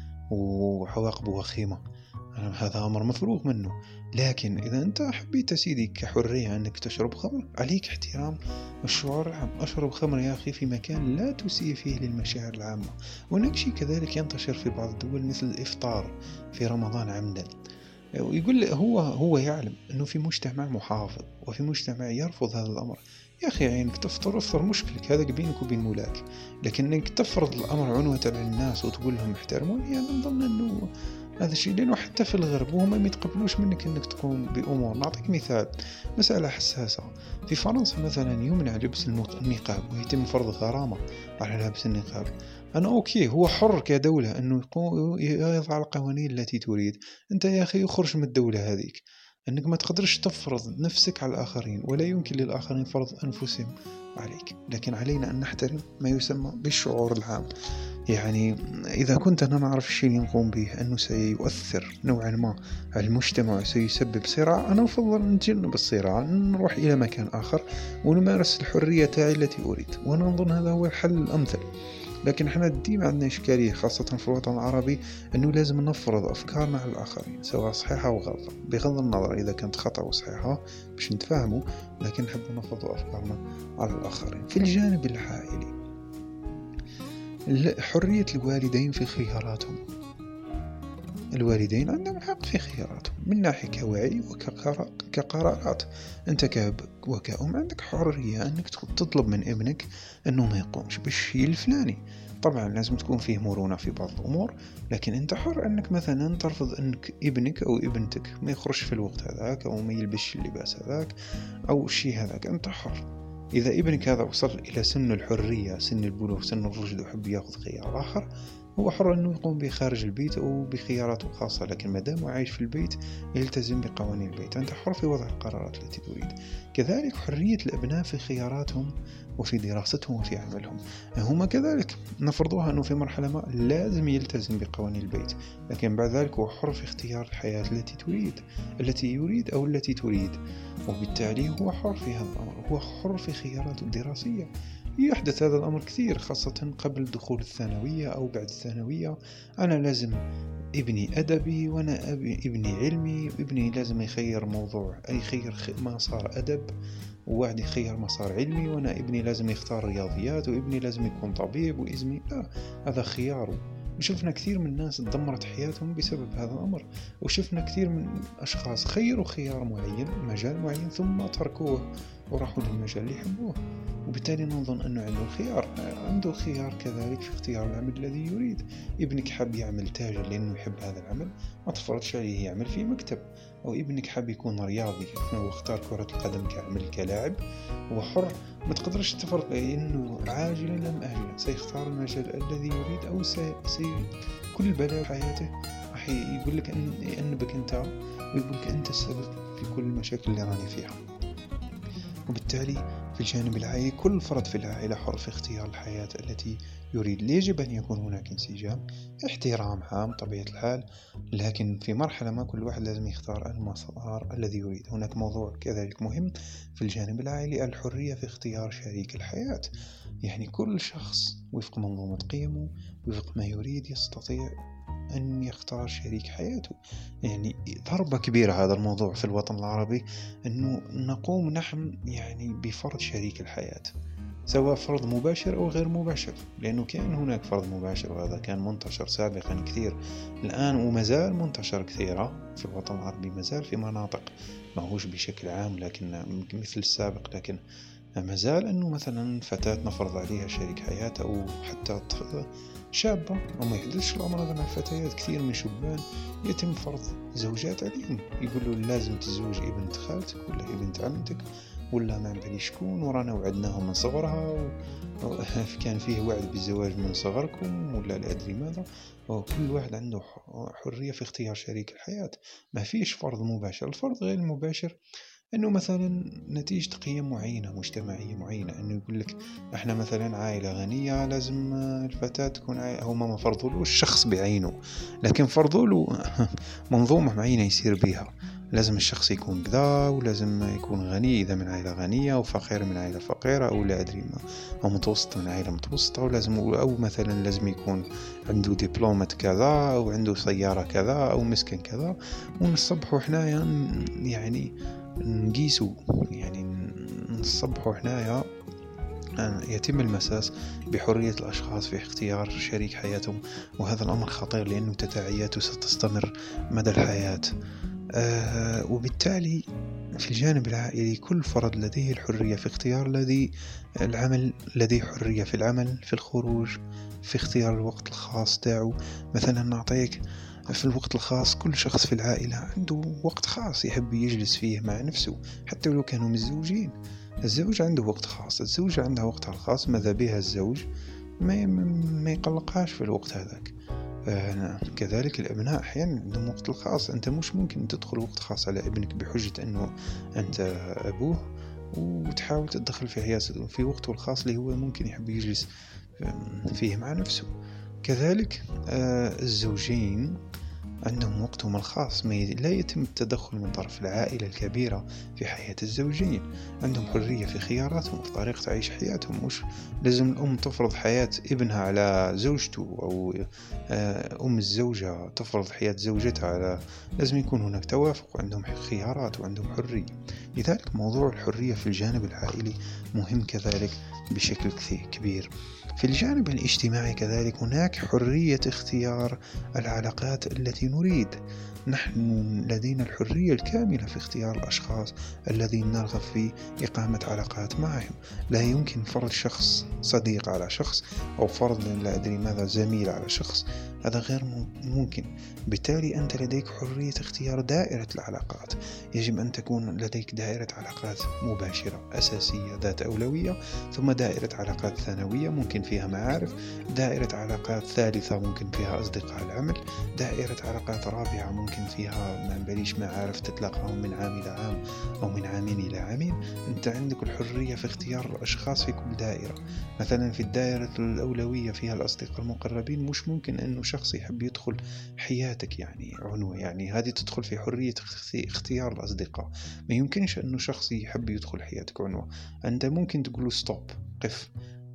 وعواقب وخيمة، هذا أمر مفروغ منه. لكن إذا أنت حبيت سيدي كحرية أنك تشرب خمر، عليك احترام الشعور العام. أشرب خمر يا أخي في مكان لا تسيء فيه للمشاعر العامة. وهناك شيء كذلك ينتشر في بعض الدول مثل الإفطار في رمضان عمدا. ويقول هو هو يعلم أنه في مجتمع محافظ وفي مجتمع يرفض هذا الأمر. يا أخي عينك تفطر افطر، مشكلك هذا بينك وبين مولاك. لكن أنك تفرض الأمر عنوة على الناس وتقول لهم احترموني، يعني نظن أنه هذا الشيء، لأنه حتى في الغرب وهم ما يتقبلوش منك أنك تقوم بأمور. نعطيك مثال، مسألة حساسة في فرنسا مثلا يمنع لبس النقاب ويتم فرض غرامة على لابس النقاب. أنا أوكي، هو حر كدولة أنه يضع القوانين التي تريد. أنت يا أخي يخرج من الدولة هذيك، أنك ما تقدرش تفرض نفسك على الآخرين ولا يمكن للآخرين فرض أنفسهم عليك. لكن علينا أن نحترم ما يسمى بالشعور العام. يعني إذا كنت أنا نعرف الشيء اللي نقوم به أنه سيؤثر نوعا ما على المجتمع وسيسبب صراع، أنا أفضل أن نتجنب الصراع، نروح إلى مكان آخر ونمارس الحرية تاعي التي أريد. وأنا أظن هذا هو الحل الأمثل. لكن احنا ديما عندنا إشكالية خاصة في الوطن العربي أنه لازم نفرض أفكارنا على الآخرين سواء صحيحة أو غلطة، بغض النظر إذا كانت خطأ وصحيحة باش نتفاهموا، لكن نحب نفرض أفكارنا على الآخرين. في الجانب العائلي، حرية الوالدين في خياراتهم. الوالدين عندهم حق في خياراتهم من ناحية كوعي وكقرارات. أنت كأب وكأم عندك حرية أنك تطلب من ابنك أنه ما يقومش بالشيء الفلاني. طبعا لازم تكون فيه مرونة في بعض الأمور، لكن أنت حر أنك مثلا ترفض أنك ابنك أو ابنتك ما يخرج في الوقت هذاك أو ما يلبسش اللباس هذاك أو الشيء هذاك. أنت حر. إذا ابنك هذا وصل إلى سن الحرية، سن البلوغ، سن الرشد، وحب يأخذ خيار آخر، هو حر أنه يقوم بخارج البيت أو بخياراته الخاصة. لكن ما دام عايش في البيت يلتزم بقوانين البيت. أنت حر في وضع القرارات التي تريد. كذلك حرية الأبناء في خياراتهم وفي دراستهم وفي عملهم. هم كذلك نفرضوها أنه في مرحلة ما لازم يلتزم بقوانين البيت، لكن بعد ذلك هو حر في اختيار الحياة التي تريد التي يريد أو التي تريد. وبالتالي هو حر في هذا الأمر. هو حر في خياراته الدراسية. يحدث هذا الأمر كثير خاصة قبل دخول الثانوية أو بعد الثانوية. أنا لازم ابني أدبي وأنا ابني علمي، ابني لازم يخير موضوع، أي خير مسار أدب، وواحد يخير مسار علمي، وأنا ابني لازم يختار رياضيات، وابني لازم يكون طبيب، وإزمي لا، هذا خياره. وشفنا كثير من الناس دمرت حياتهم بسبب هذا الأمر، وشفنا كثير من أشخاص خيروا خيار معين، مجال معين، ثم تركوه وراحوا للمجال اللي يحبوه. وبالتالي نظن أنه عنده خيار عنده خيار كذلك في اختيار العمل الذي يريد. ابنك حاب يعمل تاجر لأنه يحب هذا العمل، ما تفرضش عليه يعمل في مكتب. أو ابنك حاب يكون رياضي واختار كرة القدم كعمل كلاعب، هو حر. ما تقدرش تفرض أنه عاجلا أم آجلا سيختار المجال الذي يريد، أو سي, سي كل بلاء حياته راح يقول لك أن أنبك أنت، ويقول لك أنت السبب في كل المشاكل اللي راني فيها. وبالتالي في الجانب العائلي كل فرد في العائلة حر في اختيار الحياة التي يريد. يجب أن يكون هناك انسجام، احترام عام طبيعة الحال، لكن في مرحلة ما كل واحد لازم يختار المسار الذي يريد. هناك موضوع كذلك مهم في الجانب العائلي، الحرية في اختيار شريك الحياة. يعني كل شخص وفق منظومة قيمه وفق ما يريد يستطيع أن يختار شريك حياته. يعني ضربة كبيرة هذا الموضوع في الوطن العربي، أنه نقوم نحن يعني بفرض شريك الحياة، سواء فرض مباشر أو غير مباشر، لأنه كان هناك فرض مباشر وهذا كان منتشر سابقا كثير الآن، وما زال منتشر كثيرا في الوطن العربي، ما زال في مناطق، ما هوش بشكل عام لكن مثل السابق، لكن ما زال أنه مثلا فتاة نفرض عليها شريك حياة أو حتى شابة، وما يحدثش الأمر هذا مع الفتيات. كثير من شبان يتم فرض زوجات عليهم، يقولوا لازم تزوجي ابنة خالتك ولا ابنة عمتك ولا ما نبالي شكون، ورانا وعدناهم من صغرها و... و... كان فيه وعد بالزواج من صغركم ولا لا أدري ماذا. وكل واحد عنده حرية في اختيار شريك الحياة، ما فيش فرض مباشر. الفرض غير المباشر أنه مثلا نتيجة قيم معينة مجتمعية معينة، أنه يقول لك إحنا مثلا عائلة غنية لازم الفتاة تكون عائلة، هم ما فرضوا الشخص بعينه، لكن فرضوا له منظومة معينة يسير بها. لازم الشخص يكون كذا، ولازم يكون غني إذا من عائلة غنية، وفقير من عائلة فقيرة، أو لا أدري ما، أو متوسط من عائلة متوسطة، ولازم أو مثلا لازم يكون عنده دبلومة كذا، أو عنده سيارة كذا، أو مسكن كذا. ونصبحوا حنايا يعني نقيسوا، يعني نصبحوا حنايا يتم المساس بحرية الأشخاص في اختيار شريك حياتهم، وهذا الأمر خطير لأنه تداعياته ستستمر مدى الحياة. آه وبالتالي في الجانب العائلي كل فرد لديه الحرية في اختيار الذي العمل، لديه حرية في العمل، في الخروج، في اختيار الوقت الخاص تاعه. مثلا نعطيك في الوقت الخاص، كل شخص في العائلة عنده وقت خاص يحب يجلس فيه مع نفسه، حتى لو كانوا متزوجين. الزوج عنده وقت خاص، الزوجة عندها وقتها الخاص، ماذا بها الزوج ما ما يقلقهاش في الوقت هذاك. آه كذلك الأبناء أحيانا عندهم وقت الخاص. أنت مش ممكن تدخل وقت خاص على ابنك بحجة أنه أنت أبوه وتحاول تدخل في حياته في وقته الخاص اللي هو ممكن يحب يجلس فيه مع نفسه. كذلك آه الزوجين عندهم وقتهم الخاص، ما لا يتم التدخل من طرف العائلة الكبيرة في حياة الزوجين. عندهم حرية في خياراتهم، في طريقة عيش حياتهم. مش لازم الأم تفرض حياة ابنها على زوجته، أو أم الزوجة تفرض حياة زوجتها على، لازم يكون هناك توافق، وعندهم خيارات وعندهم حرية. لذلك موضوع الحرية في الجانب العائلي مهم كذلك بشكل كبير. في الجانب الاجتماعي كذلك هناك حرية اختيار العلاقات التي نريد. نحن لدينا الحرية الكاملة في اختيار الأشخاص الذين نرغب في إقامة علاقات معهم. لا يمكن فرض شخص صديق على شخص، أو فرض لا أدري ماذا زميل على شخص، هذا غير ممكن. بالتالي أنت لديك حرية اختيار دائرة العلاقات. يجب أن تكون لديك دائرة علاقات مباشرة أساسية ذات أولوية، ثم دائرة علاقات ثانوية ممكن فيها معارف، دائرة علاقات ثالثة ممكن فيها أصدقاء العمل، دائرة علاقات رابعة ممكن فيها ما نباليش معارف تتلاقاهم من عام إلى عام أو من عامين إلى عامين. أنت عندك الحرية في اختيار الأشخاص في كل دائرة. مثلا في الدائرة الأولوية فيها الأصدقاء المقربين، مش ممكن أنه شخص يحب يدخل حياتك يعني عنوة، يعني هذه تدخل في حرية اختيار الأصدقاء. ما يمكنش أنه شخص يحب يدخل حياتك عنوة، أنت ممكن تقول ستوب، قف.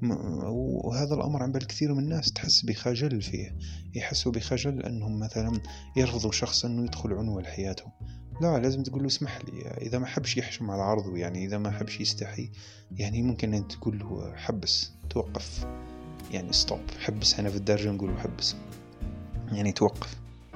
وهذا الأمر عند الكثير من الناس تحس بخجل فيه، يحسوا بخجل أنهم مثلا يرفضوا شخص أنه يدخل عنوة لحياتهم. لا، لازم تقول له اسمح لي. إذا ما حبش يحشم على عرضه، يعني إذا ما حبش يستحي، يعني ممكن أن تقول له حبس، توقف، يعني ستوب، حبس. هنا في الدرجة نقول له حبس، يعني توقف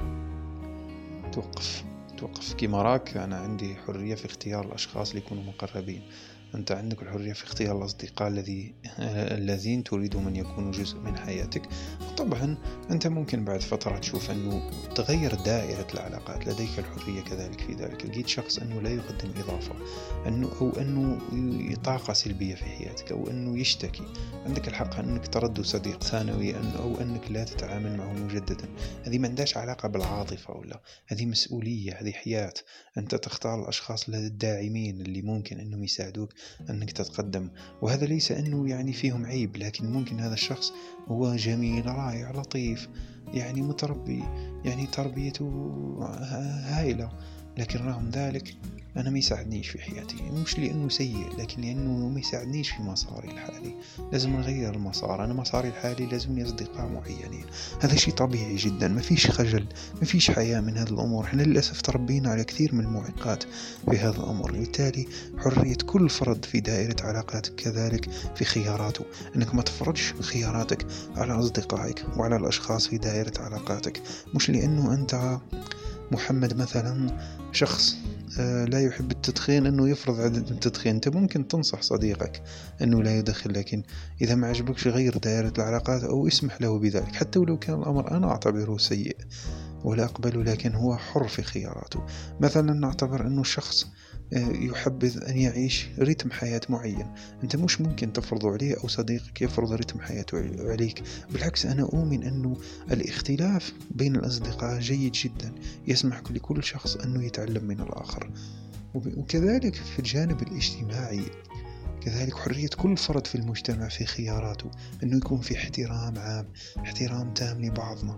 توقف توقف كما راك. أنا عندي حرية في اختيار الأشخاص اللي يكونوا مقربين. أنت عندك الحرية في اختيار الأصدقاء الذي الذين تريدهم أن يكونوا جزء من حياتك. طبعا أنت ممكن بعد فترة تشوف أنه تغير دائرة العلاقات، لديك الحرية كذلك في ذلك. لقيت شخص أنه لا يقدم إضافة، أنه أو أنه طاقة سلبية في حياتك، أو أنه يشتكي، عندك الحق أنك ترد صديق ثانوي، أو أنك لا تتعامل معه مجددا. هذه ما عندهاش علاقة بالعاطفة، ولا هذه مسؤولية، هذه حياة. أنت تختار الأشخاص الداعمين اللي ممكن أنهم يساعدوك أنك تتقدم. وهذا ليس أنه يعني فيهم عيب، لكن ممكن هذا الشخص هو جميل، رائع، لطيف، يعني متربي، يعني تربيته هائلة، لكن رغم ذلك أنا ما يساعدنيش في حياتي، مش لأنه سيء لكن لأنه ما يساعدنيش في مساري الحالي. لازم نغير المسار. أنا مساري الحالي لازمني أصدقاء معينين، هذا شيء طبيعي جدا، ما فيش خجل، ما فيش حياة من هذه الأمور. إحنا للأسف تربينا على كثير من المعوقات في هذا الأمر، بالتالي حرية كل فرد في دائرة علاقاتك كذلك في خياراته، أنك ما تفرضش خياراتك على أصدقائك وعلى الأشخاص في دائرة علاقاتك. مش لأنه أنت محمد مثلا شخص لا يحب التدخين أنه يفرض عدد التدخين. أنت ممكن تنصح صديقك أنه لا يدخن، لكن إذا ما عجبكش غير دائرة العلاقات أو اسمح له بذلك، حتى ولو كان الأمر أنا أعتبره سيء ولا أقبله، لكن هو حر في خياراته. مثلا نعتبر أنه الشخص يحبذ أن يعيش رتم حياة معين، أنت مش ممكن تفرضه عليه أو صديقك يفرض رتم حياته عليك. بالعكس، أنا أؤمن أنه الاختلاف بين الأصدقاء جيد جدا، يسمح لكل شخص أنه يتعلم من الآخر. وكذلك في الجانب الاجتماعي كذلك حرية كل فرد في المجتمع في خياراته، أنه يكون في احترام عام، احترام تام لبعضنا،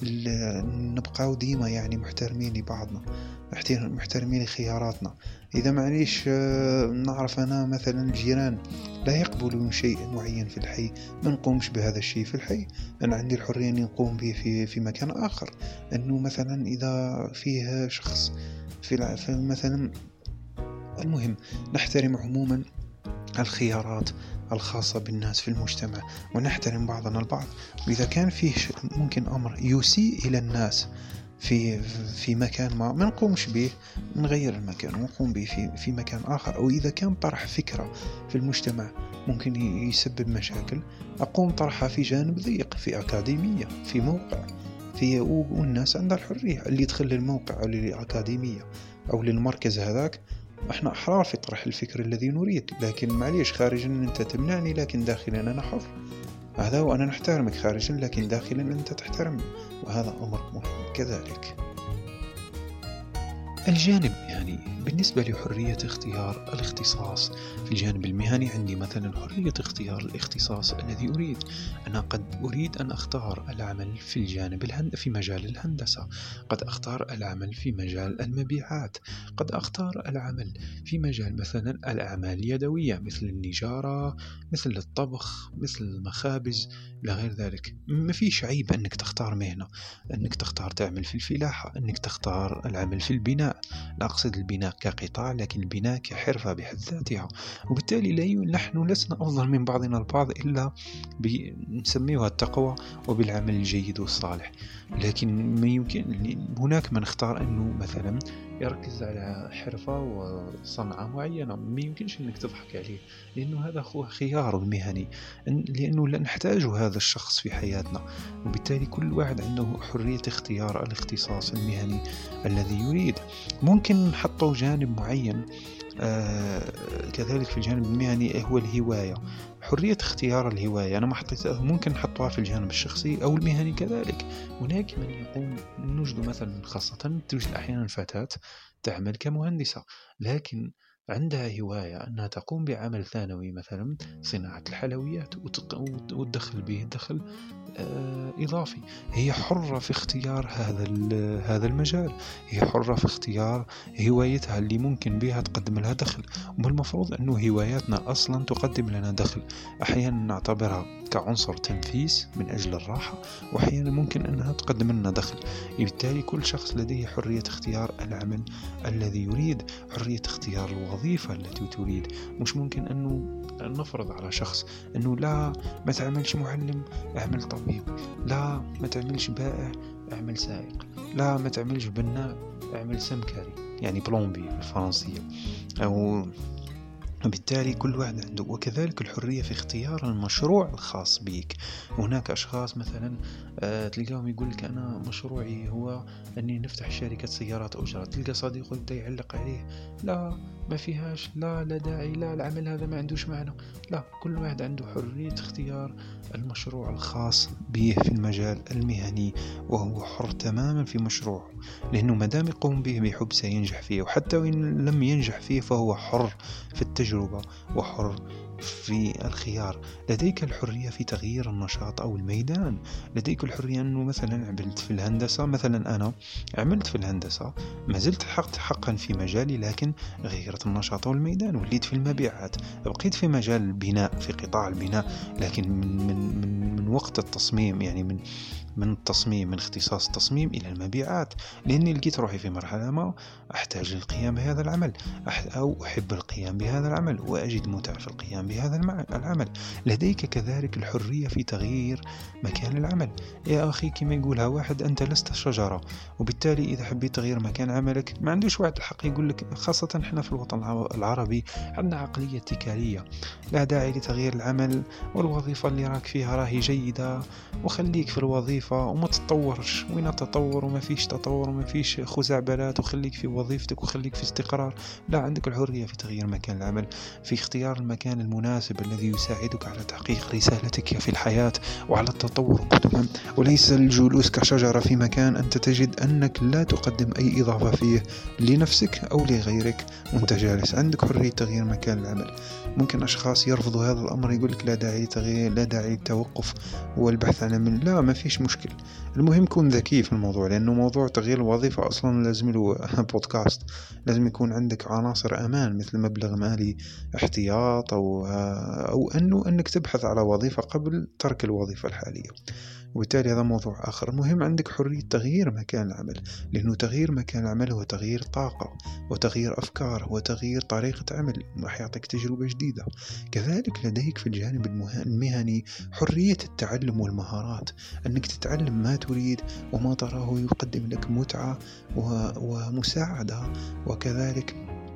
نبقى ديما يعني محترمين لبعضنا، محترمين لخياراتنا. إذا معليش نعرف أنا مثلا الجيران لا يقبلون شيء معين في الحي، ما نقومش بهذا الشيء في الحي، أنا عندي الحرية أن نقوم به في, في مكان آخر. أنه مثلا إذا فيه شخص في مثلا، المهم نحترم عموما الخيارات الخاصة بالناس في المجتمع ونحترم بعضنا البعض. وإذا كان فيه ممكن أمر يسيء إلى الناس في في مكان ما ما نقومش به، نغير المكان ونقوم به في في مكان آخر. أو إذا كان طرح فكرة في المجتمع ممكن يسبب مشاكل، أقوم طرحها في جانب ضيق، في أكاديمية، في موقع، في والناس عندها الحرية اللي يدخل للموقع أو للأكاديمية أو للمركز هذاك. احنا أحرار في طرح الفكر الذي نريد، لكن معليش خارجا أنت تمنعني لكن داخلا أنا حر. هذا وأنا نحترمك خارجا لكن داخلا أنت تحترمني، وهذا أمر مهم كذلك. الجانب يعني بالنسبة لحرية اختيار الاختصاص في الجانب المهني، عندي مثلا حرية اختيار الاختصاص الذي أريد. أنا قد أريد أن أختار العمل في الجانب الهند في مجال الهندسة، قد أختار العمل في مجال المبيعات، قد أختار العمل في مجال مثلا الأعمال اليدوية مثل النجارة، مثل الطبخ، مثل المخابز إلى غير ذلك. ما فيش عيب أنك تختار مهنة، أنك تختار تعمل في الفلاحة، أنك تختار العمل في البناء، لا أقصد البناء كقطاع لكن البناء كحرفة بحد ذاتها. وبالتالي لا نحن لسنا أفضل من بعضنا البعض إلا بنسميها التقوى وبالعمل الجيد والصالح. لكن ما يمكن هناك من اختار أنه مثلا يركز على حرفة وصنعة معينة، ما يمكنش أنك تضحك عليه، لأنه هذا هو خيار المهني، لأنه لا نحتاج هذا الشخص في حياتنا. وبالتالي كل واحد عنده حرية اختيار الاختصاص المهني الذي يريد. ممكن نحطه جانب معين آه كذلك في الجانب المهني هو الهواية، حرية اختيار الهواية. أنا ما حطيتها، ممكن نحطها في الجانب الشخصي أو المهني كذلك. هناك من يقوم نجد مثلا خاصة توجد أحيانا فتاة تعمل كمهندسة لكن عندها هواية أنها تقوم بعمل ثانوي مثلا صناعة الحلويات وتدخل به دخل إضافي. هي حرة في اختيار هذا هذا المجال، هي حرة في اختيار هوايتها اللي ممكن بها تقدم لها دخل. والمفروض أنه هواياتنا أصلا تقدم لنا دخل، أحيانا نعتبرها كعنصر تنفيس من أجل الراحة، وأحيانا ممكن أنها تقدم لنا دخل. بالتالي كل شخص لديه حرية اختيار العمل الذي يريد، حرية اختيار الوظيفة التي تريد. مش ممكن أنه نفرض على شخص أنه لا ما تعملش معلم اعمل طبيب، لا ما تعملش بائع اعمل سائق، لا ما تعملش بناء اعمل سمكري، يعني بلومبي بالفرنسية. أو وبالتالي كل واحد عنده. وكذلك الحرية في اختيار المشروع الخاص بك. هناك أشخاص مثلا آه تلقاهم يقول لك أنا مشروعي هو أني نفتح شركة سيارات أجرة، تلقى صديقه يبدأ يعلق عليه لا ما فيهاش، لا لا داعي، لا العمل هذا ما عندوش معنى. لا، كل واحد عنده حرية اختيار المشروع الخاص به في المجال المهني، وهو حر تماما في مشروعه، لأنه مدام يقوم به بحب سينجح فيه، وحتى وإن لم ينجح فيه فهو حر في التجربة وحر في الخيار، لديك الحرية في تغيير النشاط أو الميدان. لديك الحرية أنه مثلا عملت في الهندسة، مثلا أنا عملت في الهندسة ما زلت حقت حقا في مجالي، لكن غيرت النشاط والميدان، وليت في المبيعات، بقيت في مجال البناء في قطاع البناء، لكن من, من, من, من وقت التصميم، يعني من من التصميم، من اختصاص التصميم إلى المبيعات، لأني لقيت روحي في مرحلة ما أحتاج للقيام بهذا العمل أو أحب القيام بهذا العمل وأجد متعة في القيام بهذا العمل. لديك كذلك الحرية في تغيير مكان العمل. يا أخي كما يقولها واحد، أنت لست شجرة، وبالتالي إذا حبيت تغيير مكان عملك ما عندوش واحد الحق يقول لك، خاصة إحنا في الوطن العربي عندنا عقلية اتكالية، لا داعي لتغيير العمل، والوظيفة اللي راك فيها راهي جيدة وخليك في الوظيفة وما تتطورش. وين التطور؟ وما فيش تطور وما فيش خزعبلات، وخليك في وظيفتك وخليك في استقرار. لا، عندك الحرية في تغيير مكان العمل، في اختيار المكان المناسب الذي يساعدك على تحقيق رسالتك في الحياة وعلى التطور قدما، وليس الجلوس كشجرة في مكان أنت تجد أنك لا تقدم أي إضافة فيه لنفسك أو لغيرك وأنت جالس. عندك حرية تغيير مكان العمل. ممكن أشخاص يرفضوا هذا الأمر، يقول لك لا داعي لتغيير، لا داعي للتوقف والبحث عن من. لا، ما فيش مشكل. المهم كون ذكي في الموضوع، لأنه موضوع تغيير الوظيفة أصلا لازم له بودكاست. لازم يكون عندك عناصر أمان مثل مبلغ مالي احتياط، أو أو أنه أنك تبحث على وظيفة قبل ترك الوظيفة الحالية، وبالتالي هذا موضوع آخر. المهم عندك حرية تغيير مكان العمل، لأنه تغيير مكان العمل هو تغيير طاقة وتغيير أفكار وتغيير طريقة عمل، راح يعطيك تجربة جديدة. كذلك لديك في الجانب المهني حرية التعلم والمهارات، أنك تتعلم ما تريد وما تراه يقدم لك متعة ومساعدة، وكذلك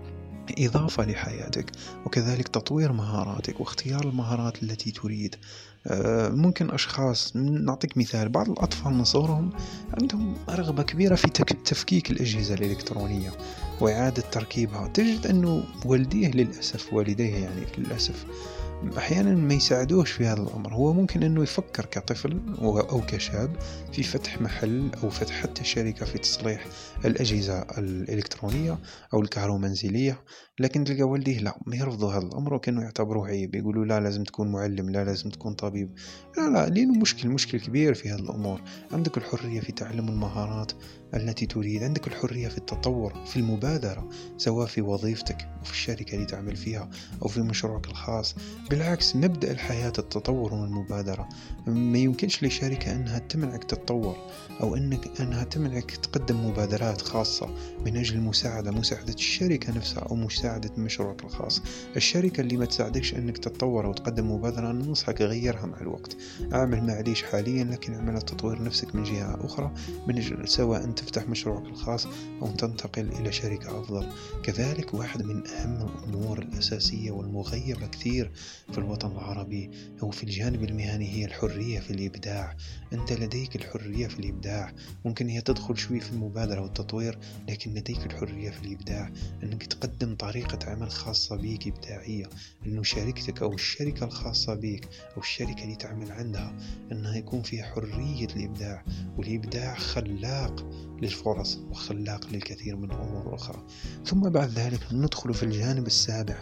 إضافة لحياتك، وكذلك تطوير مهاراتك واختيار المهارات التي تريد. ممكن أشخاص، نعطيك مثال، بعض الأطفال من صغرهم عندهم رغبة كبيرة في تفكيك الأجهزة الإلكترونية وإعادة تركيبها. تجد أنه والديه للأسف والديه يعني للأسف أحيانا ما يساعدوش في هذا الأمر. هو ممكن أنه يفكر كطفل أو كشاب في فتح محل أو فتح حتى شركة في تصليح الأجهزة الإلكترونية أو الكهرومنزلية، لكن تلقى والديه لا، ما يرفضوا هذا الأمر وكانوا يعتبروه عيب، يقولوا لا لازم تكون معلم، لا لازم تكون طبيب. لا لا، لأنه مشكل مشكل كبير في هذه الأمور. عندك الحرية في تعلم المهارات التي تريد، عندك الحرية في التطور، في المبادرة، سواء في وظيفتك أو في الشركة اللي تعمل فيها أو في مشروعك الخاص. بالعكس، مبدأ الحياة التطور والمبادرة. ما يمكنش لشركة أنها تمنعك تتطور أو أنك أنها تمنعك تقدم مبادرات خاصة من أجل المساعدة، مساعدة الشركة نفسها أو مساعدة مشروعك الخاص. الشركة اللي ما تساعدكش أنك تتطور وتقدم مبادرة، أنا ننصحك غيرها مع الوقت. أعمل معليش حاليا، لكن أعمل تطوير نفسك من جهة أخرى، من أجل سواء أن تفتح مشروعك الخاص أو تنتقل إلى شركة أفضل. كذلك واحد من أهم الأمور الأساسية والمغيبة كثير في الوطن العربي أو في الجانب المهني هي الحرية في الإبداع. أنت لديك الحرية في الإبداع، ممكن هي تدخل شوي في المبادرة والتطوير، لكن لديك الحرية في الإبداع، أنك تقدم طريقة عمل خاصة بيك إبداعية، أنه شركتك أو الشركة الخاصة بيك أو الشركة اللي تعمل عندها أنها يكون فيها حرية الإبداع. والإبداع خلاق للفرص وخلاق للكثير من الأمور الأخرى. ثم بعد ذلك ندخل في الجانب السابع،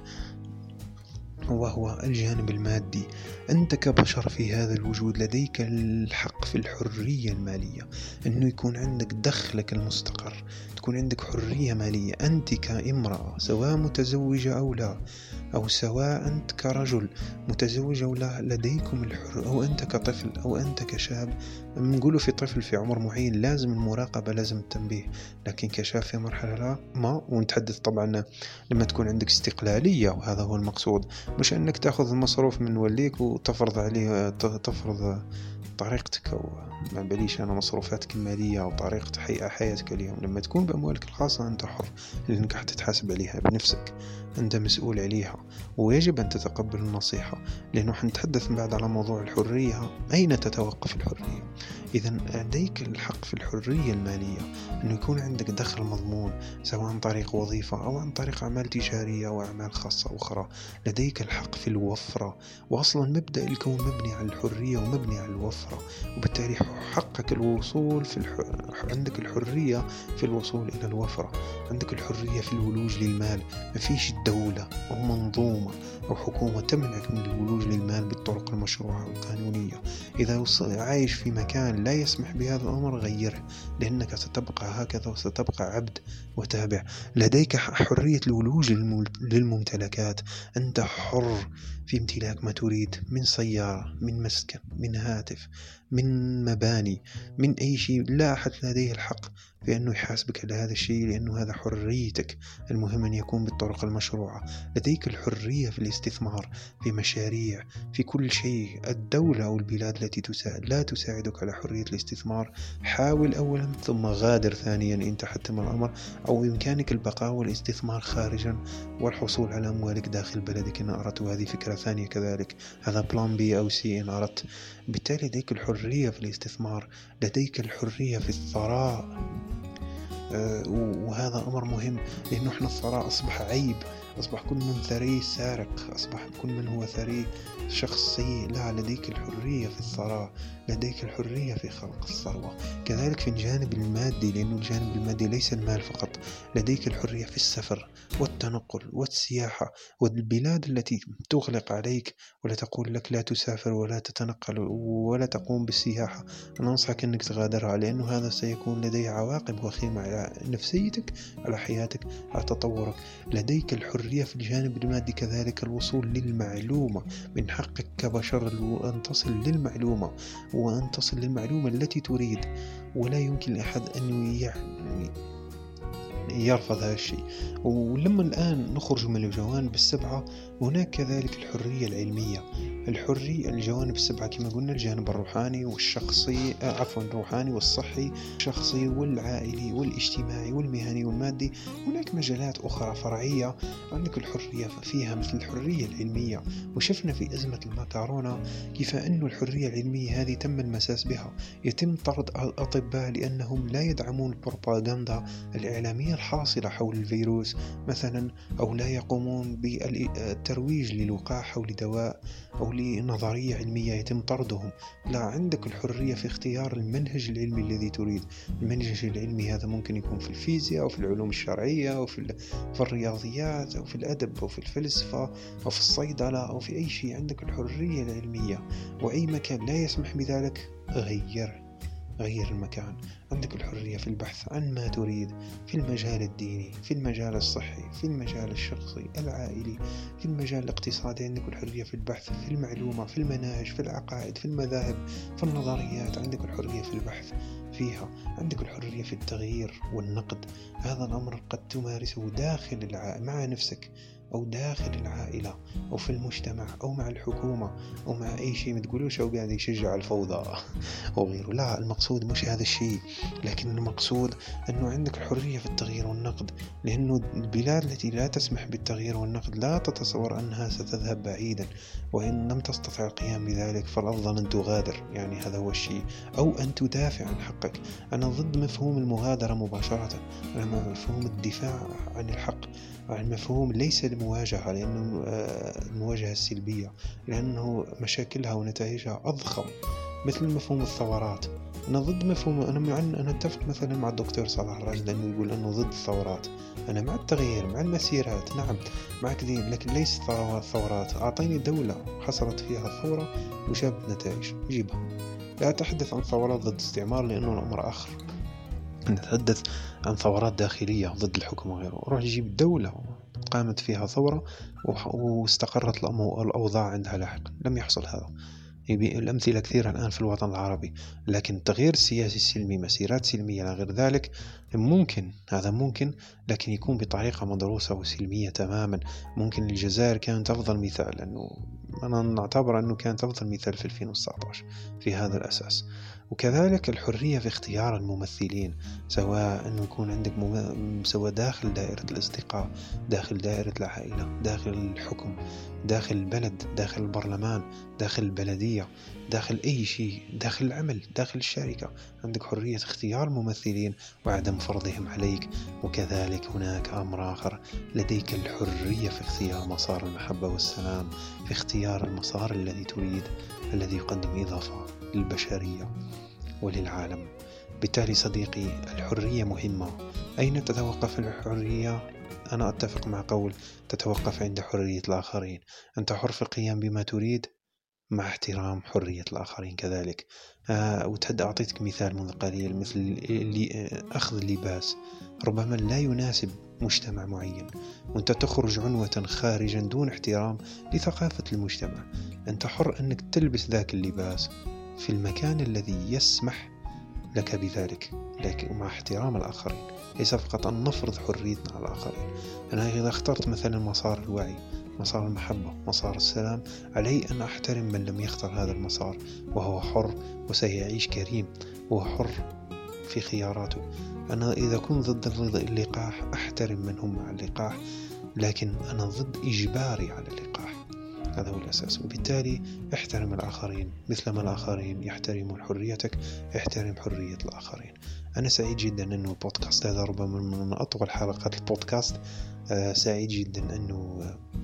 وهو الجانب المادي. أنت كبشر في هذا الوجود لديك الحق في الحرية المالية، أنه يكون عندك دخلك المستقر، تكون عندك حرية مالية. أنت كامرأة سواء متزوجة أو لا، أو سواء أنت كرجل متزوج أو لا، لديكم الحر. أو أنت كطفل أو أنت كشاب، نقوله في طفل في عمر معين لازم المراقبة، لازم التنبيه، لكن كشاب في مرحلة لا ما. ونتحدث طبعا لما تكون عندك استقلالية، وهذا هو المقصود، مش أنك تأخذ المصروف من وليك وتفرض عليه، تفرض طريقتك أو ما بليش أنا مصروفاتك المالية أو طريقة حي حياتك اليوم. لما تكون بأموالك الخاصة أنت حر، لأنك حتتحاسب عليها بنفسك، أنت مسؤول عليها، ويجب أن تتقبل النصيحة، لأنه حنتحدث بعد على موضوع الحرية. أين تتوقف الحرية؟ إذا لديك الحق في الحرية المالية، أنه يكون عندك دخل مضمون سواء عن طريق وظيفة أو عن طريق أعمال تجارية أو أعمال خاصة أخرى. لديك الحق في الوفرة، وأصلا مبدأ الكون مبني على الحرية ومبني على الوفرة، وبالتالي حقك الوصول في الح... عندك الحرية في الوصول إلى الوفرة، عندك الحرية في الولوج للمال. ما فيش دولة أو منظومة أو حكومة تمنعك من الولوج للمال بالطرق المشروعة والقانونية. إذا عايش في مكان لا يسمح بهذا الأمر غيره، لأنك ستبقى هكذا وستبقى عبد وتابع. لديك حرية الولوج للممتلكات، أنت حر في امتلاك ما تريد من سيارة، من مسكن، من هاتف، من مباني، من أي شيء. لا أحد لديه الحق بأنه يحاسبك على هذا الشيء، لأنه هذا حريتك. المهم أن يكون بالطرق المشروعة. لديك الحرية في الاستثمار، في مشاريع، في كل شيء. الدولة أو البلاد التي تساعد لا تساعدك على حرية الاستثمار، حاول أولا ثم غادر ثانيا إن تحتم الأمر، أو بإمكانك البقاء والاستثمار خارجا والحصول على أموالك داخل بلدك إن أردت، وهذه فكرة ثانية كذلك. هذا بلان بي أو سي إن أردت. بالتالي لديك الحرية في الاستثمار، لديك الحرية في الثراء. أه وهذا أمر مهم، لأنه إحنا الثراء أصبح عيب، أصبح كل من ثري سارق، أصبح كل من هو ثري شخص سيء. لا، لديك الحرية في الثراء، لديك الحرية في خلق الثروة. كذلك في الجانب المادي، لأنه الجانب المادي ليس المال فقط. لديك الحرية في السفر والتنقل والسياحة، والبلاد التي تغلق عليك ولا تقول لك لا تسافر ولا تتنقل ولا تقوم بالسياحة، أنا أنصحك أنك تغادرها، لأنه هذا سيكون لديه عواقب وخيمة على نفسيتك، على حياتك، على تطورك. لديك الحرية في الجانب المادي كذلك، الوصول للمعلومة. من حقك كبشر أن تصل للمعلومة، وأن تصل للمعلومة التي تريد، ولا يمكن لأحد أن يعني يرفض هذا الشيء. ولما الآن نخرج من الجوانب السبعة، هناك كذلك الحرية العلمية. الحرية الجوانب السبعة كما قلنا، الجانب الروحاني والشخصي عفوا الروحاني والصحي الشخصي والعائلي والاجتماعي والمهني والمادي. هناك مجالات أخرى فرعية عندك الحرية فيها، مثل الحرية العلمية. وشفنا في أزمة الماكارونا كيف أن الحرية العلمية هذه تم المساس بها. يتم طرد الأطباء لأنهم لا يدعمون البروباغندا الإعلامية الحاصلة حول الفيروس مثلا، أو لا يقومون بالترويج للقاح أو لدواء أو لنظرية علمية، يتم طردهم. لا، عندك الحرية في اختيار المنهج العلمي الذي تريد. المنهج العلمي هذا ممكن يكون في الفيزياء أو في العلوم الشرعية أو في, في الرياضيات أو في الأدب أو في الفلسفة أو في الصيدلة أو في أي شيء. عندك الحرية العلمية، وأي مكان لا يسمح بذلك غير غير المكان. عندك الحرية في البحث عن ما تريد في المجال الديني، في المجال الصحي، في المجال الشخصي العائلي، في المجال الاقتصادي. عندك الحرية في البحث في المعلومة، في المناهج، في العقائد، في المذاهب، في النظريات. عندك الحرية في البحث فيها. عندك الحرية في التغيير والنقد. هذا الأمر قد تمارسه داخل العائلة مع نفسك، أو داخل العائلة، أو في المجتمع، أو مع الحكومة، أو مع أي شيء. ما تقولوش أو قاعد يشجع الفوضى أو غيره. لا، المقصود مش هذا الشيء، لكن المقصود أنه عندك الحرية في التغيير والنقد. لأنه البلاد التي لا تسمح بالتغيير والنقد لا تتصور أنها ستذهب بعيدا، وإن لم تستطع القيام بذلك فالأفضل أن تغادر. يعني هذا هو الشيء، أو أن تدافع عن حقك. أنا ضد مفهوم المغادرة مباشرة، أنا مع مفهوم الدفاع عن الحق، عن مفهوم ليس المواجهة، لأنه المواجهة السلبية لأنه مشاكلها ونتائجها أضخم، مثل مفهوم الثورات. أنا ضد مفهوم، أنا مع أنا أتفق مثلا مع الدكتور صلاح الراجل لأنه يقول أنه ضد الثورات. أنا مع التغيير، مع المسيرات، نعم معك ذي، لكن ليس ثورات. أعطيني دولة حصلت فيها الثورة وجابت نتائج، جيبها. لا أتحدث عن ثورات ضد استعمار لأنه الأمر آخر. نتحدث عن ثورات داخلية ضد الحكم وغيره. روح جيب دولة قامت فيها ثورة واستقرت الأوضاع عندها لاحقا. لم يحصل هذا. الأمثلة كثيرة الآن في الوطن العربي، لكن التغيير السياسي السلمي، مسيرات سلمية لا غير ذلك، ممكن، هذا ممكن، لكن يكون بطريقة مدروسة وسلمية تماما. ممكن الجزائر كانت أفضل مثال، لأنه أنا نعتبر أنه كانت أفضل مثال في ألفين وتسعة عشر في هذا الأساس. وكذلك الحرية في اختيار الممثلين، سواء أنه يكون عندك مم... سواء داخل دائرة الأصدقاء، داخل دائرة العائلة، داخل الحكم، داخل البلد، داخل البرلمان، داخل البلدية، داخل أي شيء، داخل العمل، داخل الشركة، عندك حرية اختيار الممثلين وعدم فرضهم عليك. وكذلك هناك أمر آخر، لديك الحرية في اختيار مسار المحبة والسلام، في اختيار المسار الذي تريد، الذي يقدم إضافة للبشرية وللعالم. بالتالي صديقي، الحرية مهمة. أين تتوقف الحرية؟ أنا أتفق مع قول تتوقف عند حرية الآخرين. أنت حر في القيام بما تريد مع احترام حرية الآخرين كذلك. آه وتحد أعطيتك مثال منذ قليل، مثل اللي أخذ اللباس ربما لا يناسب مجتمع معين، وأنت تخرج عنوة خارجا دون احترام لثقافة المجتمع. أنت حر أنك تلبس ذاك اللباس في المكان الذي يسمح لك بذلك، لكن مع احترام الآخرين، ليس فقط أن نفرض حريتنا على الآخرين. أنا إذا اخترت مثلا مسار الوعي، مسار المحبة، مسار السلام، علي أن أحترم من لم يختار هذا المسار، وهو حر وسيعيش كريم، وهو حر في خياراته. أنا إذا كنت ضد اللقاح أحترم من هم مع اللقاح، لكن أنا ضد إجباري على اللقاح، هذا هو الأساس. وبالتالي احترم الآخرين مثلما الآخرين يحترمون حريتك، احترم حرية الآخرين. أنا سعيد جدا أنه البودكاست هذا ربما من أطول حلقات البودكاست. آه سعيد جدا أنه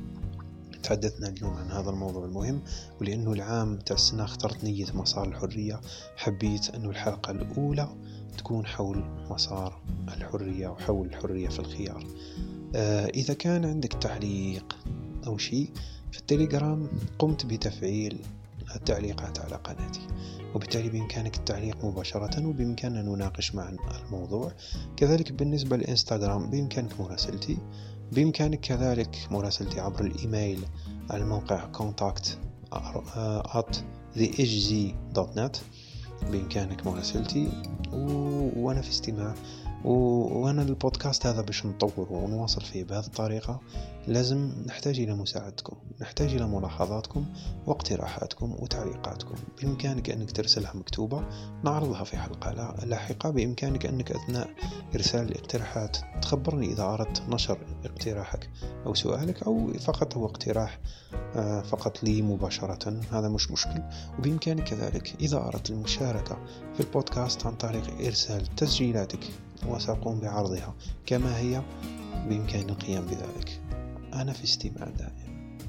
تحدثنا اليوم عن هذا الموضوع المهم، ولأنه العام تاع السنة اخترت نية مسار الحرية، حبيت أنه الحلقة الأولى تكون حول مسار الحرية وحول الحرية في الخيار. آه إذا كان عندك تعليق أو شيء في التليجرام، قمت بتفعيل التعليقات على قناتي، وبالتالي بإمكانك التعليق مباشرة، وبإمكاننا نناقش معا الموضوع. كذلك بالنسبة للإنستغرام بإمكانك مراسلتي، بإمكانك كذلك مراسلتي عبر الإيميل على الموقع contact at the h z dot net. بإمكانك مراسلتي و... وأنا في استماع. و... وأنا البودكاست هذا باش نطوره ونواصل فيه بهذه الطريقة لازم نحتاج إلى مساعدتكم، نحتاج إلى ملاحظاتكم واقتراحاتكم وتعليقاتكم. بإمكانك أنك ترسلها مكتوبة نعرضها في حلقة لاحقة. بإمكانك أنك أثناء إرسال الاقتراحات تخبرني إذا أردت نشر اقتراحك أو سؤالك، أو فقط هو اقتراح فقط لي مباشرة، هذا مش مشكل. وبإمكانك كذلك إذا أردت المشاركة في البودكاست عن طريق إرسال تسجيلاتك وسأقوم بعرضها كما هي، بإمكاني القيام بذلك. أنا في استماع دائم.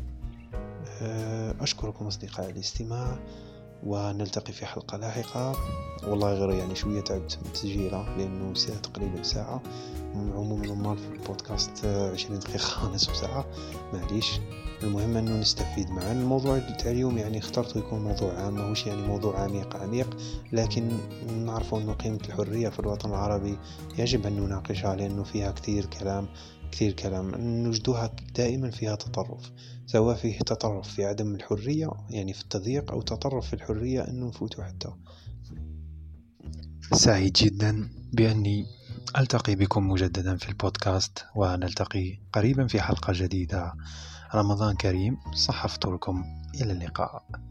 أشكركم أصدقائي الاستماع، ونلتقي في حلقة لاحقة. والله غير يعني شوية تعبت من تسجيلها لأنه ساعة تقريبا ساعة، عموما نورمال في البودكاست عشرين دقيقة نصف ساعة، معليش. المهم أنه نستفيد معا. الموضوع تاع اليوم يعني اخترته يكون موضوع عام، ماهوش يعني موضوع عميق عميق، لكن نعرفوا أنه قيمة الحرية في الوطن العربي يجب أن نناقشها، لأنه فيها كثير كلام كثير كلام نجدوها دائما فيها تطرف، سواء فيه تطرف في عدم الحرية يعني في التضييق، أو تطرف في الحرية أنه نفوتوا حتى. سعيد جدا بأني ألتقي بكم مجددا في البودكاست، ونلتقي قريبا في حلقة جديدة. رمضان كريم، صحفت لكم، إلى اللقاء.